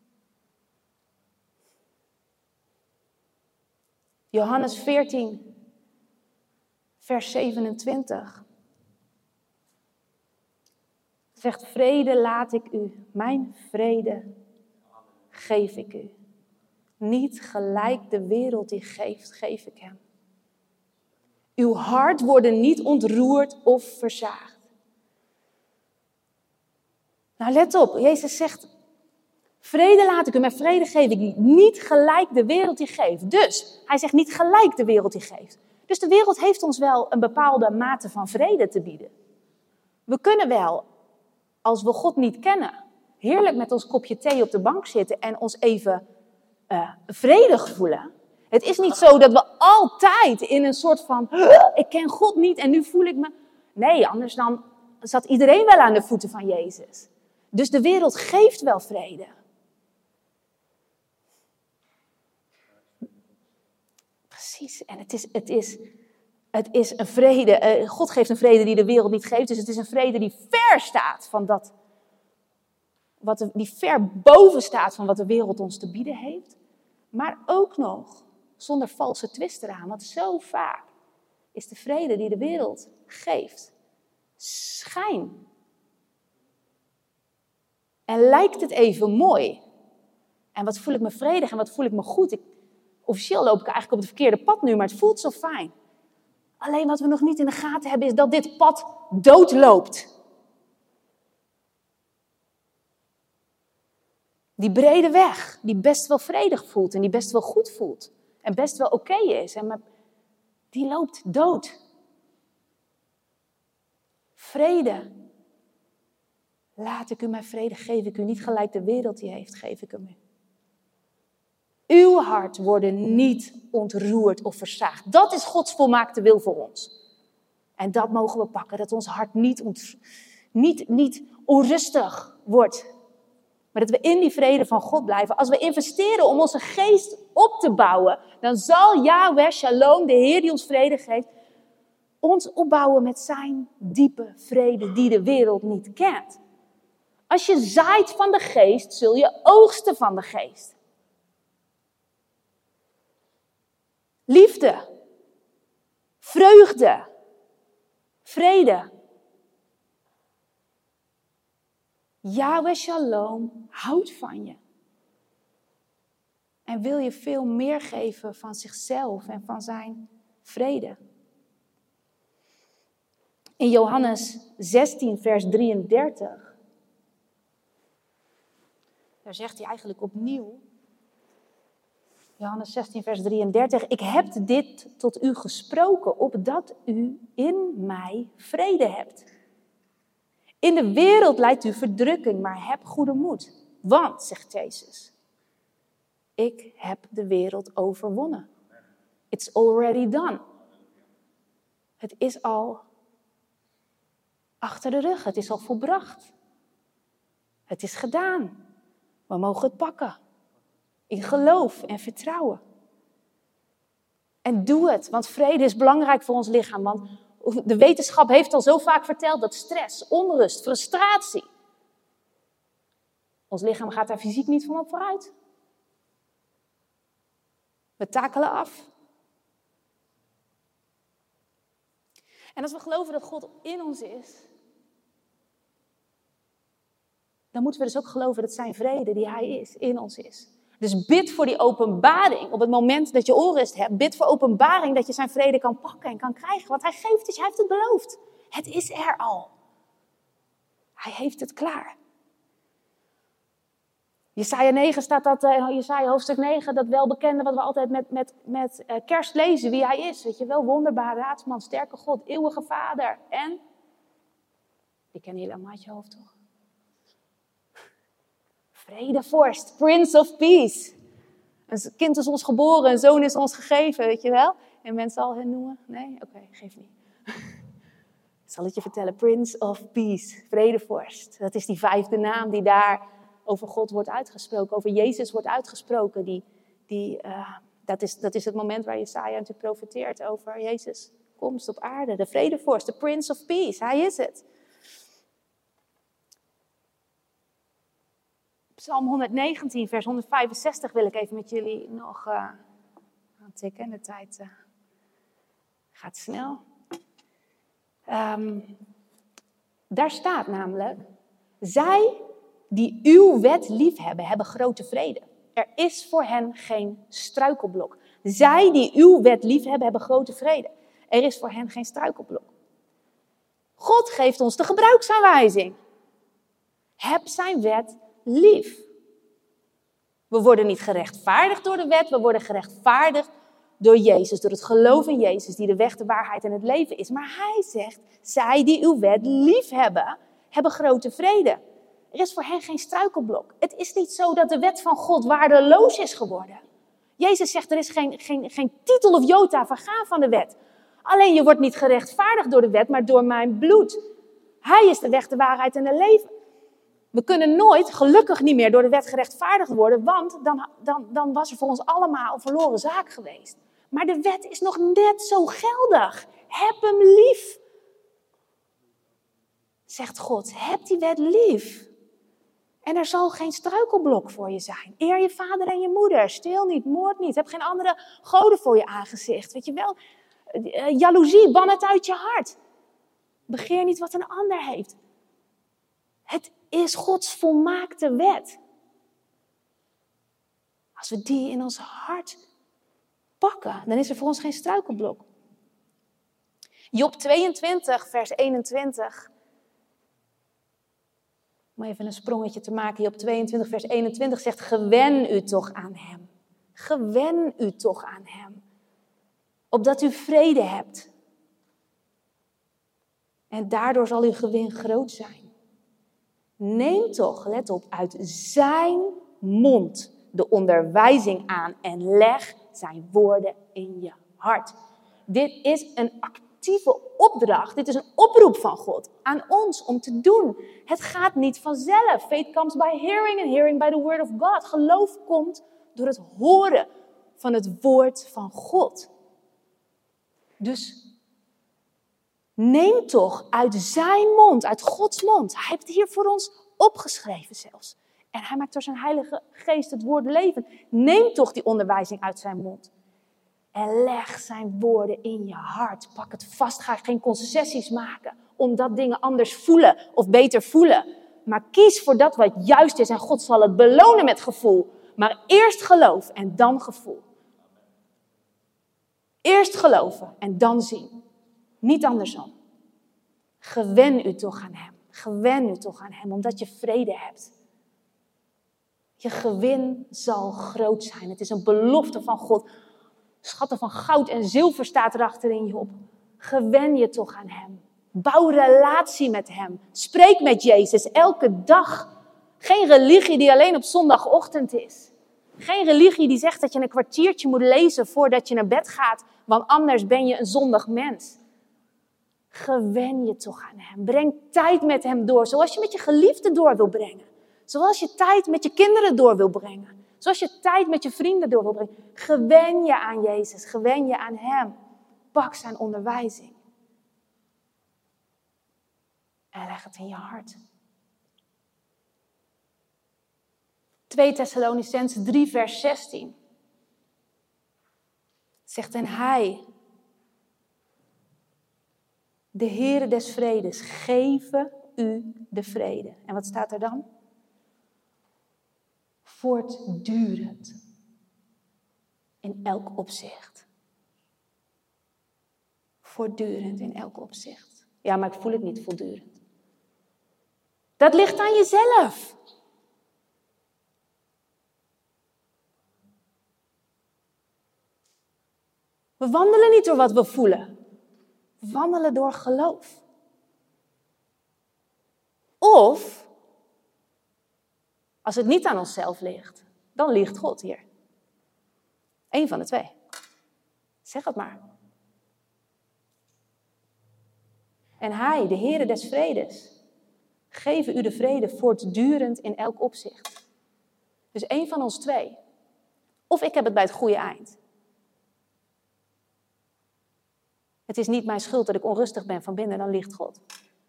Johannes 14, vers 27. Zegt, vrede laat ik u, mijn vrede geef ik u. Niet gelijk de wereld die geeft, geef ik hem. Uw hart wordt niet ontroerd of verzaagd. Nou, let op. Jezus zegt, vrede laat ik u, mijn vrede geef ik u. Niet gelijk de wereld die geeft. Dus, hij zegt niet gelijk de wereld die geeft. Dus de wereld heeft ons wel een bepaalde mate van vrede te bieden. We kunnen wel, als we God niet kennen, heerlijk met ons kopje thee op de bank zitten en ons even vredig voelen. Het is niet zo dat we altijd in een soort van, ik ken God niet en nu voel ik me. Nee, anders dan zat iedereen wel aan de voeten van Jezus. Dus de wereld geeft wel vrede. Precies, en het is een vrede, God geeft een vrede die de wereld niet geeft, dus het is een vrede die ver staat van dat, die ver boven staat van wat de wereld ons te bieden heeft. Maar ook nog zonder valse twist eraan, want zo vaak is de vrede die de wereld geeft schijn. En lijkt het even mooi. En wat voel ik me vredig en wat voel ik me goed. Officieel loop ik eigenlijk op het verkeerde pad nu, maar het voelt zo fijn. Alleen wat we nog niet in de gaten hebben is dat dit pad doodloopt. Die brede weg, die best wel vredig voelt en die best wel goed voelt. En best wel oké is. Maar die loopt dood. Vrede. Laat ik u mijn vrede, geef ik u. Niet gelijk de wereld die heeft, geef ik hem u. Uw hart worden niet ontroerd of versaagd. Dat is Gods volmaakte wil voor ons. En dat mogen we pakken. Dat ons hart niet onrustig wordt. Maar dat we in die vrede van God blijven. Als we investeren om onze geest op te bouwen, dan zal Yahweh Shalom, de Heer die ons vrede geeft, ons opbouwen met zijn diepe vrede die de wereld niet kent. Als je zaait van de geest, zul je oogsten van de geest. Liefde, vreugde, vrede. Yahweh Shalom houdt van je. En wil je veel meer geven van zichzelf en van zijn vrede. In Johannes 16, vers 33. Daar zegt hij eigenlijk opnieuw. Johannes 16, vers 33. Ik heb dit tot u gesproken, opdat u in mij vrede hebt. In de wereld lijdt u verdrukking, maar heb goede moed. Want, zegt Jezus, ik heb de wereld overwonnen. It's already done. Het is al achter de rug. Het is al volbracht. Het is gedaan. We mogen het pakken. In geloof en vertrouwen. En doe het, want vrede is belangrijk voor ons lichaam. Want de wetenschap heeft al zo vaak verteld dat stress, onrust, frustratie. Ons lichaam gaat daar fysiek niet van op vooruit. We takelen af. En als we geloven dat God in ons is, dan moeten we dus ook geloven dat zijn vrede die hij is, in ons is. Dus bid voor die openbaring op het moment dat je onrust hebt. Bid voor openbaring dat je zijn vrede kan pakken en kan krijgen. Want hij geeft het, hij heeft het beloofd. Het is er al. Hij heeft het klaar. Jesaja 9 staat dat, Jesaja hoofdstuk 9, dat welbekende wat we altijd met kerst lezen, wie hij is. Weet je wel, wonderbaar, raadsman, sterke God, eeuwige vader. En, die kennen jullie allemaal uit je hoofd toch? Vredevorst, Prince of Peace. Een kind is ons geboren, een zoon is ons gegeven, weet je wel? En mensen al hen noemen? Nee? Oké, geef niet. Ik zal het je vertellen, Prince of Peace, vredevorst. Dat is die 5e naam die daar over God wordt uitgesproken, over Jezus wordt uitgesproken. Dat is het moment waar Jesaja natuurlijk profeteert over Jezus' komst op aarde. De vredevorst, de Prince of Peace, hij is het. Psalm 119, vers 165 wil ik even met jullie nog aantikken. De tijd gaat snel. Daar staat namelijk, zij die uw wet liefhebben, hebben grote vrede. Er is voor hen geen struikelblok. Zij die uw wet liefhebben, hebben grote vrede. Er is voor hen geen struikelblok. God geeft ons de gebruiksaanwijzing. Heb zijn wet lief. We worden niet gerechtvaardigd door de wet, we worden gerechtvaardigd door Jezus, door het geloof in Jezus, die de weg, de waarheid en het leven is. Maar hij zegt, zij die uw wet lief hebben, hebben grote vrede. Er is voor hen geen struikelblok. Het is niet zo dat de wet van God waardeloos is geworden. Jezus zegt, er is geen titel of jota vergaan van de wet. Alleen je wordt niet gerechtvaardigd door de wet, maar door mijn bloed. Hij is de weg, de waarheid en het leven. We kunnen nooit, gelukkig niet meer, door de wet gerechtvaardigd worden, want dan was er voor ons allemaal een verloren zaak geweest. Maar de wet is nog net zo geldig. Heb hem lief. Zegt God, heb die wet lief. En er zal geen struikelblok voor je zijn. Eer je vader en je moeder. Steel niet, moord niet. Heb geen andere goden voor je aangezicht. Weet je wel, jaloezie, ban het uit je hart. Begeer niet wat een ander heeft. Het is Gods volmaakte wet. Als we die in ons hart pakken, dan is er voor ons geen struikelblok. Job 22, vers 21. Om even een sprongetje te maken. Job 22, vers 21 zegt, gewen u toch aan hem. Gewen u toch aan hem. Opdat u vrede hebt. En daardoor zal uw gewin groot zijn. Neem toch, let op, uit zijn mond de onderwijzing aan en leg zijn woorden in je hart. Dit is een actieve opdracht, dit is een oproep van God aan ons om te doen. Het gaat niet vanzelf. Faith comes by hearing and hearing by the word of God. Geloof komt door het horen van het woord van God. Dus neem toch uit zijn mond, uit Gods mond. Hij heeft het hier voor ons opgeschreven zelfs. En hij maakt door zijn heilige geest het woord leven. Neem toch die onderwijzing uit zijn mond. En leg zijn woorden in je hart. Pak het vast. Ga geen concessies maken. Omdat dingen anders voelen of beter voelen. Maar kies voor dat wat juist is. En God zal het belonen met gevoel. Maar eerst geloof en dan gevoel. Eerst geloven en dan zien. Niet andersom. Gewen u toch aan hem. Gewen u toch aan hem, omdat je vrede hebt. Je gewin zal groot zijn. Het is een belofte van God. Schatten van goud en zilver staat erachter in je op. Gewen je toch aan hem. Bouw relatie met hem. Spreek met Jezus elke dag. Geen religie die alleen op zondagochtend is. Geen religie die zegt dat je een kwartiertje moet lezen voordat je naar bed gaat. Want anders ben je een zondig mens. Gewen je toch aan hem. Breng tijd met hem door. Zoals je met je geliefde door wil brengen. Zoals je tijd met je kinderen door wil brengen. Zoals je tijd met je vrienden door wil brengen. Gewen je aan Jezus. Gewen je aan hem. Pak zijn onderwijzing. En leg het in je hart. 2 Thessalonicenzen 3 vers 16. Het zegt, en hij, de Heere des vredes, geven u de vrede. En wat staat er dan? Voortdurend. In elk opzicht. Voortdurend in elk opzicht. Ja, maar ik voel het niet voortdurend. Dat ligt aan jezelf. We wandelen niet door wat we voelen. We wandelen door geloof. Of, als het niet aan onszelf ligt, dan liegt God hier. Eén van de twee. Zeg het maar. En hij, de Heere des vredes, geven u de vrede voortdurend in elk opzicht. Dus één van ons twee. Of ik heb het bij het goede eind. Het is niet mijn schuld dat ik onrustig ben van binnen, dan liegt God.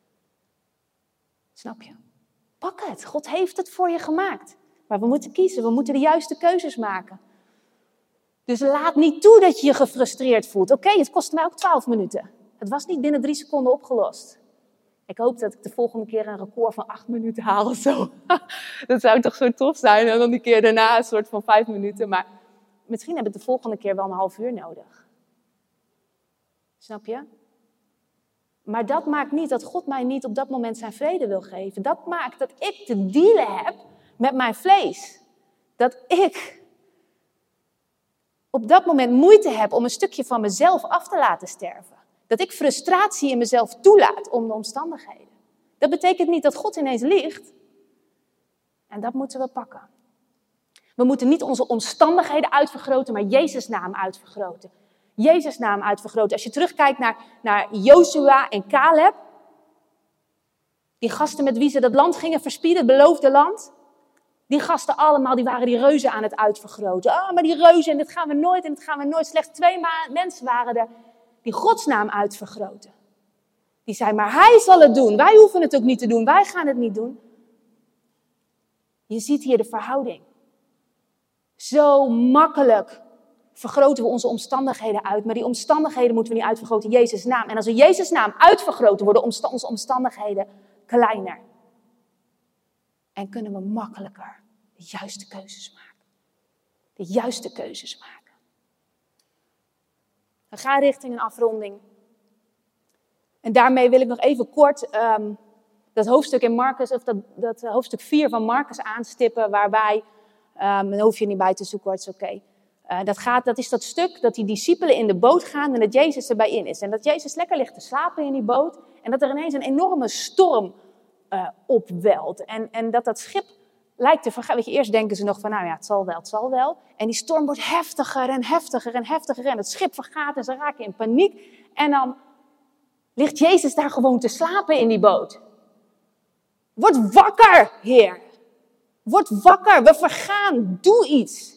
Snap je? Pak het. God heeft het voor je gemaakt. Maar we moeten kiezen. We moeten de juiste keuzes maken. Dus laat niet toe dat je je gefrustreerd voelt. Oké, het kostte mij ook 12 minuten. Het was niet binnen 3 seconden opgelost. Ik hoop dat ik de volgende keer een record van 8 minuten haal of zo. Dat zou toch zo tof zijn. En dan die keer daarna een soort van 5 minuten. Maar misschien heb ik de volgende keer wel een half uur nodig. Snap je? Maar dat maakt niet dat God mij niet op dat moment zijn vrede wil geven. Dat maakt dat ik te dealen heb met mijn vlees. Dat ik op dat moment moeite heb om een stukje van mezelf af te laten sterven. Dat ik frustratie in mezelf toelaat om de omstandigheden. Dat betekent niet dat God ineens liegt. En dat moeten we pakken. We moeten niet onze omstandigheden uitvergroten, maar Jezus' naam uitvergroten. Jezus' naam uitvergroten. Als je terugkijkt naar Jozua en Caleb. Die gasten met wie ze dat land gingen verspieden, het beloofde land. Die gasten allemaal, die waren die reuzen aan het uitvergroten. Ah, maar die reuzen, en dit gaan we nooit, en dit gaan we nooit. Slechts 2 mensen waren er die Gods naam uitvergroten. Die zei, maar hij zal het doen. Wij hoeven het ook niet te doen. Wij gaan het niet doen. Je ziet hier de verhouding. Zo makkelijk vergroten we onze omstandigheden uit. Maar die omstandigheden moeten we niet uitvergroten in Jezus' naam. En als we Jezus' naam uitvergroten, worden onze omstandigheden kleiner. En kunnen we makkelijker de juiste keuzes maken. De juiste keuzes maken. We gaan richting een afronding. En daarmee wil ik nog even kort dat hoofdstuk in Marcus, of dat hoofdstuk 4 van Marcus aanstippen, waarbij, dan hoef je niet bij te zoeken, het is oké. Dat is dat stuk dat die discipelen in de boot gaan en dat Jezus erbij in is. En dat Jezus lekker ligt te slapen in die boot en dat er ineens een enorme storm opwelt. En dat schip lijkt te vergaan. Weet je, eerst denken ze nog van, nou ja, het zal wel. En die storm wordt heftiger en heftiger en heftiger. En het schip vergaat en ze raken in paniek. En dan ligt Jezus daar gewoon te slapen in die boot. Word wakker, Heer. Word wakker, we vergaan. Doe iets.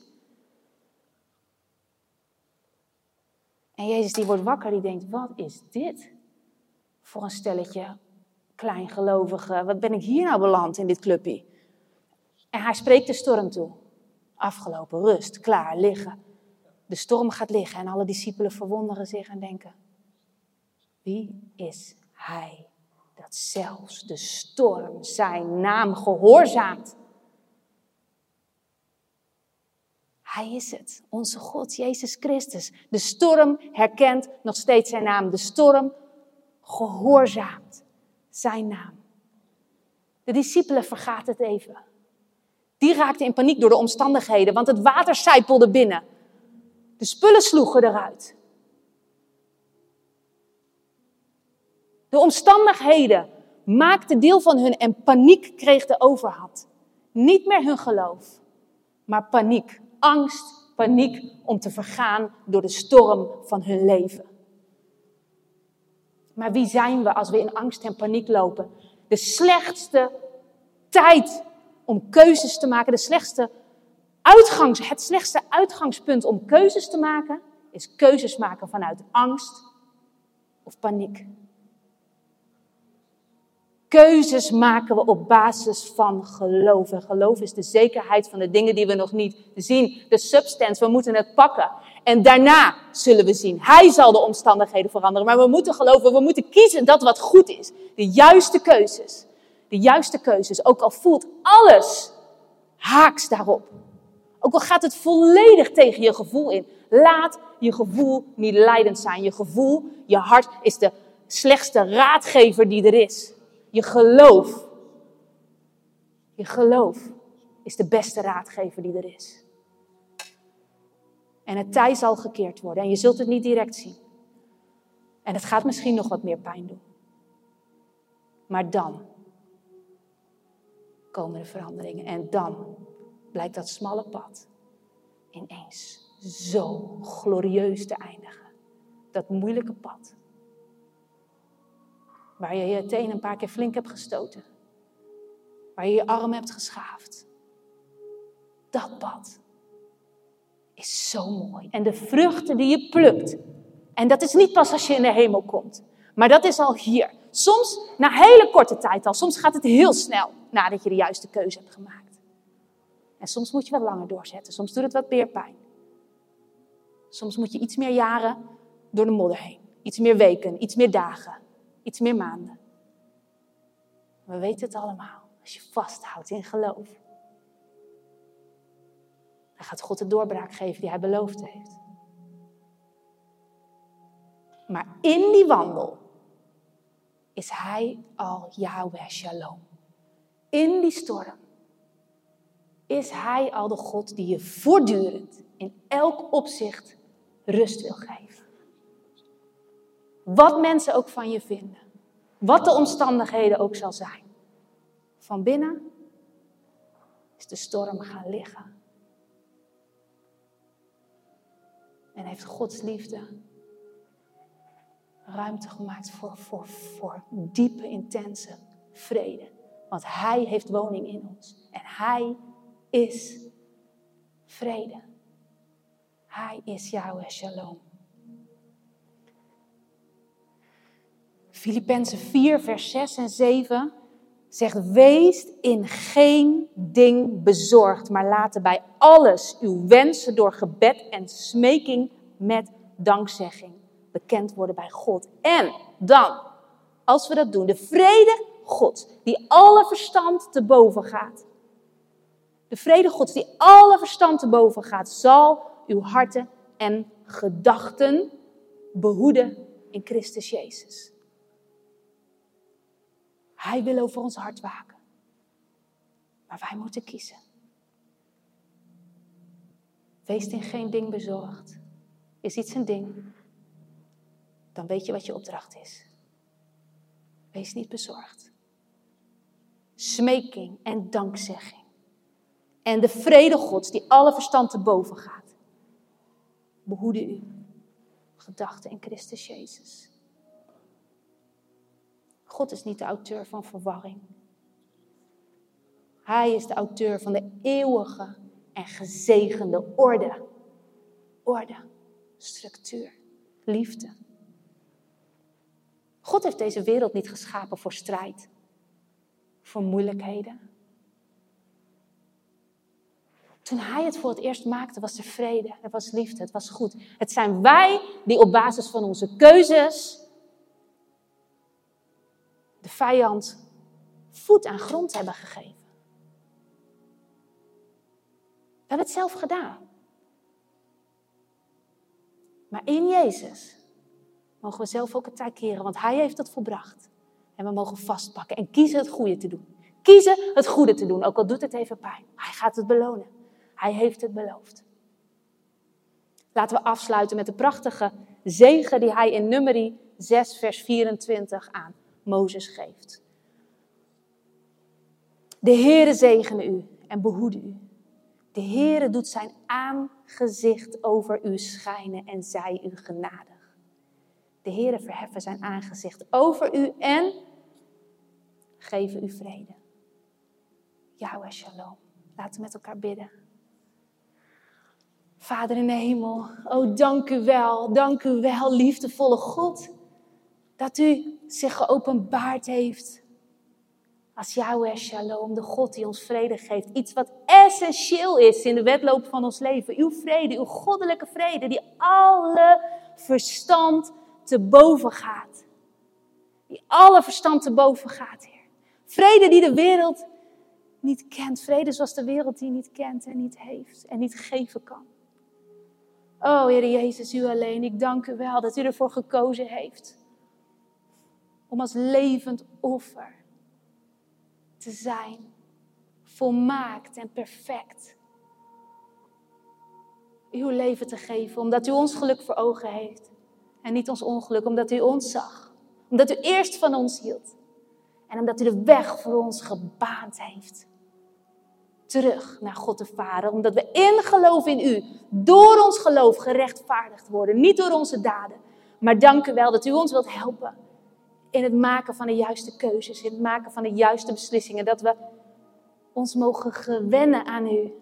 En Jezus die wordt wakker, die denkt, wat is dit voor een stelletje kleingelovigen? Wat ben ik hier nou beland in dit clubje? En hij spreekt de storm toe. Afgelopen, rust, klaar, liggen. De storm gaat liggen en alle discipelen verwonderen zich en denken, wie is hij dat zelfs de storm zijn naam gehoorzaamt? Hij is het, onze God, Jezus Christus. De storm herkent nog steeds zijn naam. De storm gehoorzaamt. zijn naam. De discipelen vergaat het even. Die raakten in paniek door de omstandigheden, want het water sijpelde binnen. De spullen sloegen eruit. De omstandigheden maakten deel van hun en paniek kreeg de overhand. Niet meer hun geloof, maar paniek. Angst, paniek om te vergaan door de storm van hun leven. Maar wie zijn we als we in angst en paniek lopen? De slechtste tijd om keuzes te maken, het slechtste uitgangspunt om keuzes te maken, is keuzes maken vanuit angst of paniek. Keuzes maken we op basis van geloof. En geloof is de zekerheid van de dingen die we nog niet zien. De substance, we moeten het pakken. En daarna zullen we zien. Hij zal de omstandigheden veranderen. Maar we moeten geloven, we moeten kiezen dat wat goed is. De juiste keuzes. De juiste keuzes. Ook al voelt alles haaks daarop. Ook al gaat het volledig tegen je gevoel in. Laat je gevoel niet leidend zijn. Je gevoel, je hart is de slechtste raadgever die er is. Je geloof is de beste raadgever die er is. En het tij zal gekeerd worden. En je zult het niet direct zien. En het gaat misschien nog wat meer pijn doen. Maar dan komen de veranderingen. En dan blijkt dat smalle pad ineens zo glorieus te eindigen. Dat moeilijke pad. Waar je je teen een paar keer flink hebt gestoten. Waar je je arm hebt geschaafd. Dat pad is zo mooi. En de vruchten die je plukt. En dat is niet pas als je in de hemel komt. Maar dat is al hier. Soms na hele korte tijd al. Soms gaat het heel snel nadat je de juiste keuze hebt gemaakt. En soms moet je wat langer doorzetten. Soms doet het wat meer pijn. Soms moet je iets meer jaren door de modder heen. Iets meer weken, iets meer dagen. Iets meer maanden. We weten het allemaal. Als je vasthoudt in geloof. Dan gaat God de doorbraak geven die hij beloofd heeft. Maar in die wandel is hij al Yahweh Shalom. In die storm is hij al de God die je voortdurend in elk opzicht rust wil geven. Wat mensen ook van je vinden. Wat de omstandigheden ook zal zijn. Van binnen is de storm gaan liggen. En heeft Gods liefde ruimte gemaakt voor diepe, intense vrede. Want hij heeft woning in ons. En hij is vrede. Hij is Yahweh Shalom. Filippenzen 4 vers 6 en 7 zegt: wees in geen ding bezorgd, maar laten bij alles uw wensen door gebed en smeking met dankzegging bekend worden bij God. En dan, als we dat doen, de vrede Gods, die alle verstand te boven gaat. De vrede Gods, die alle verstand te boven gaat, zal uw harten en gedachten behoeden in Christus Jezus. Hij wil over ons hart waken. Maar wij moeten kiezen. Wees in geen ding bezorgd. Is iets een ding? Dan weet je wat je opdracht is. Wees niet bezorgd. Smeking en dankzegging. En de vrede Gods die alle verstand te boven gaat. Behoede u. Gedachten in Christus Jezus. God is niet de auteur van verwarring. Hij is de auteur van de eeuwige en gezegende orde. Orde, structuur, liefde. God heeft deze wereld niet geschapen voor strijd, voor moeilijkheden. Toen hij het voor het eerst maakte, was er vrede, er was liefde, het was goed. Het zijn wij die op basis van onze keuzes de vijand voet aan grond hebben gegeven. We hebben het zelf gedaan. Maar in Jezus mogen we zelf ook het tij keren, want hij heeft het volbracht. En we mogen vastpakken en kiezen het goede te doen. Kiezen het goede te doen, ook al doet het even pijn. Hij gaat het belonen. Hij heeft het beloofd. Laten we afsluiten met de prachtige zegen die hij in Numeri 6 vers 24 aan Mozes geeft. De Heere zegene u en behoede u. De Heere doet zijn aangezicht over u schijnen en zij u genadig. De Heere verheffen zijn aangezicht over u en geven u vrede. Yahweh Shalom. Laten we met elkaar bidden. Vader in de hemel, dank u wel, liefdevolle God, dat u zich geopenbaard heeft als Yahweh Shalom, de God die ons vrede geeft. Iets wat essentieel is in de wedloop van ons leven. Uw vrede, uw goddelijke vrede, die alle verstand te boven gaat. Die alle verstand te boven gaat, Heer. Vrede die de wereld niet kent. Vrede zoals de wereld die niet kent en niet heeft en niet geven kan. Heer Jezus, u alleen. Ik dank u wel dat u ervoor gekozen heeft om als levend offer te zijn. Volmaakt en perfect. Uw leven te geven, omdat u ons geluk voor ogen heeft. En niet ons ongeluk, omdat u ons zag. Omdat u eerst van ons hield. En omdat u de weg voor ons gebaand heeft. Terug naar God de Vader. Omdat we in geloof in u, door ons geloof gerechtvaardigd worden. Niet door onze daden. Maar dank u wel dat u ons wilt helpen. In het maken van de juiste keuzes. In het maken van de juiste beslissingen. Dat we ons mogen gewennen aan u.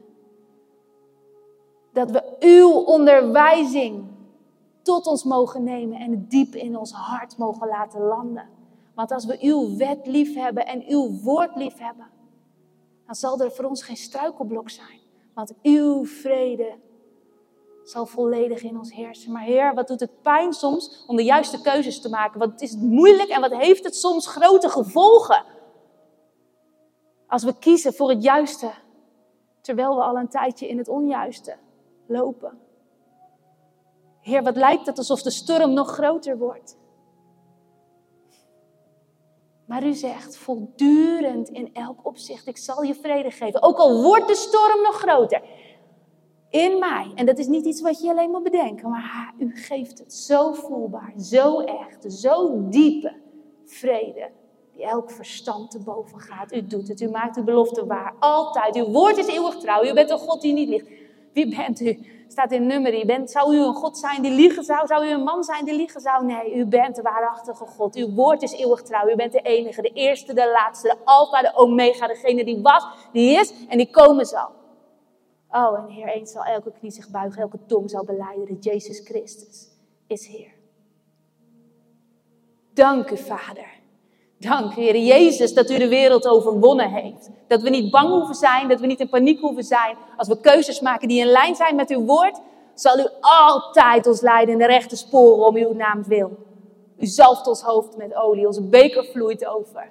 Dat we uw onderwijzing tot ons mogen nemen. En diep in ons hart mogen laten landen. Want als we uw wet lief hebben en uw woord lief hebben. Dan zal er voor ons geen struikelblok zijn. Want uw vrede zal volledig in ons heersen. Maar Heer, wat doet het pijn soms om de juiste keuzes te maken? Wat is het moeilijk en wat heeft het soms grote gevolgen? Als we kiezen voor het juiste. Terwijl we al een tijdje in het onjuiste lopen. Heer, wat lijkt het alsof de storm nog groter wordt. Maar u zegt voortdurend in elk opzicht, ik zal je vrede geven. Ook al wordt de storm nog groter. In mij. En dat is niet iets wat je alleen moet bedenken. Maar u geeft het zo voelbaar, zo echt, zo diepe vrede. Die elk verstand te boven gaat. U doet het, u maakt uw belofte waar. Altijd. Uw woord is eeuwig trouw. U bent een God die niet liegt. Wie bent u? Staat in Numeri. Zou u een God zijn die liegen zou? Zou u een man zijn die liegen zou? Nee, u bent de waarachtige God. Uw woord is eeuwig trouw. U bent de enige, de eerste, de laatste, de alfa, de omega. Degene die was, die is en die komen zal. En Heer, eens zal elke knie zich buigen. Elke tong zal belijden dat Jezus Christus is Heer. Dank u, Vader. Dank u, Heer Jezus, dat u de wereld overwonnen heeft. Dat we niet bang hoeven zijn, dat we niet in paniek hoeven zijn. Als we keuzes maken die in lijn zijn met uw woord, zal u altijd ons leiden in de rechte sporen om uw naam wil. U zalft ons hoofd met olie, onze beker vloeit over.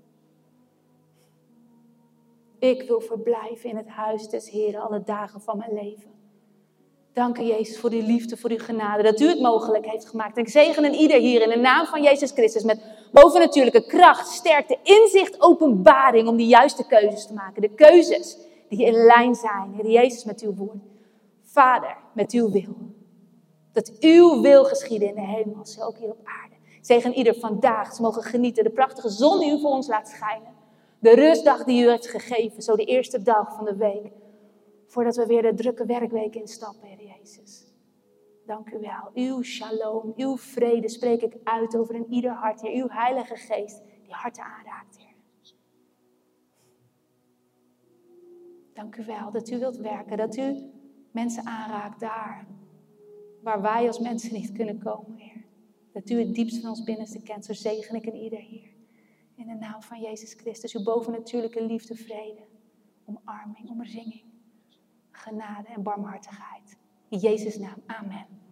Ik wil verblijven in het huis des Heren alle dagen van mijn leven. Dank u, Jezus, voor uw liefde, voor uw genade, dat u het mogelijk heeft gemaakt. En ik zegen en ieder hier in de naam van Jezus Christus met bovennatuurlijke kracht, sterkte, inzicht, openbaring om die juiste keuzes te maken. De keuzes die in lijn zijn, Heer Jezus, met uw woord. Vader, met uw wil. Dat uw wil geschieden in de hemel, zo ook hier op aarde. Ik zegen ieder vandaag, ze mogen genieten, de prachtige zon die u voor ons laat schijnen. De rustdag die u heeft gegeven, zo de eerste dag van de week. Voordat we weer de drukke werkweek instappen, Heer Jezus. Dank u wel. Uw shalom, uw vrede spreek ik uit over in ieder hart, Heer. Uw heilige geest die harten aanraakt, Heer. Dank u wel dat u wilt werken, dat u mensen aanraakt daar waar wij als mensen niet kunnen komen, Heer. Dat u het diepst van ons binnenste kent, zo zegen ik en ieder hier. In de naam van Jezus Christus, uw bovennatuurlijke liefde, vrede, omarming, omringing, genade en barmhartigheid. In Jezus' naam, amen.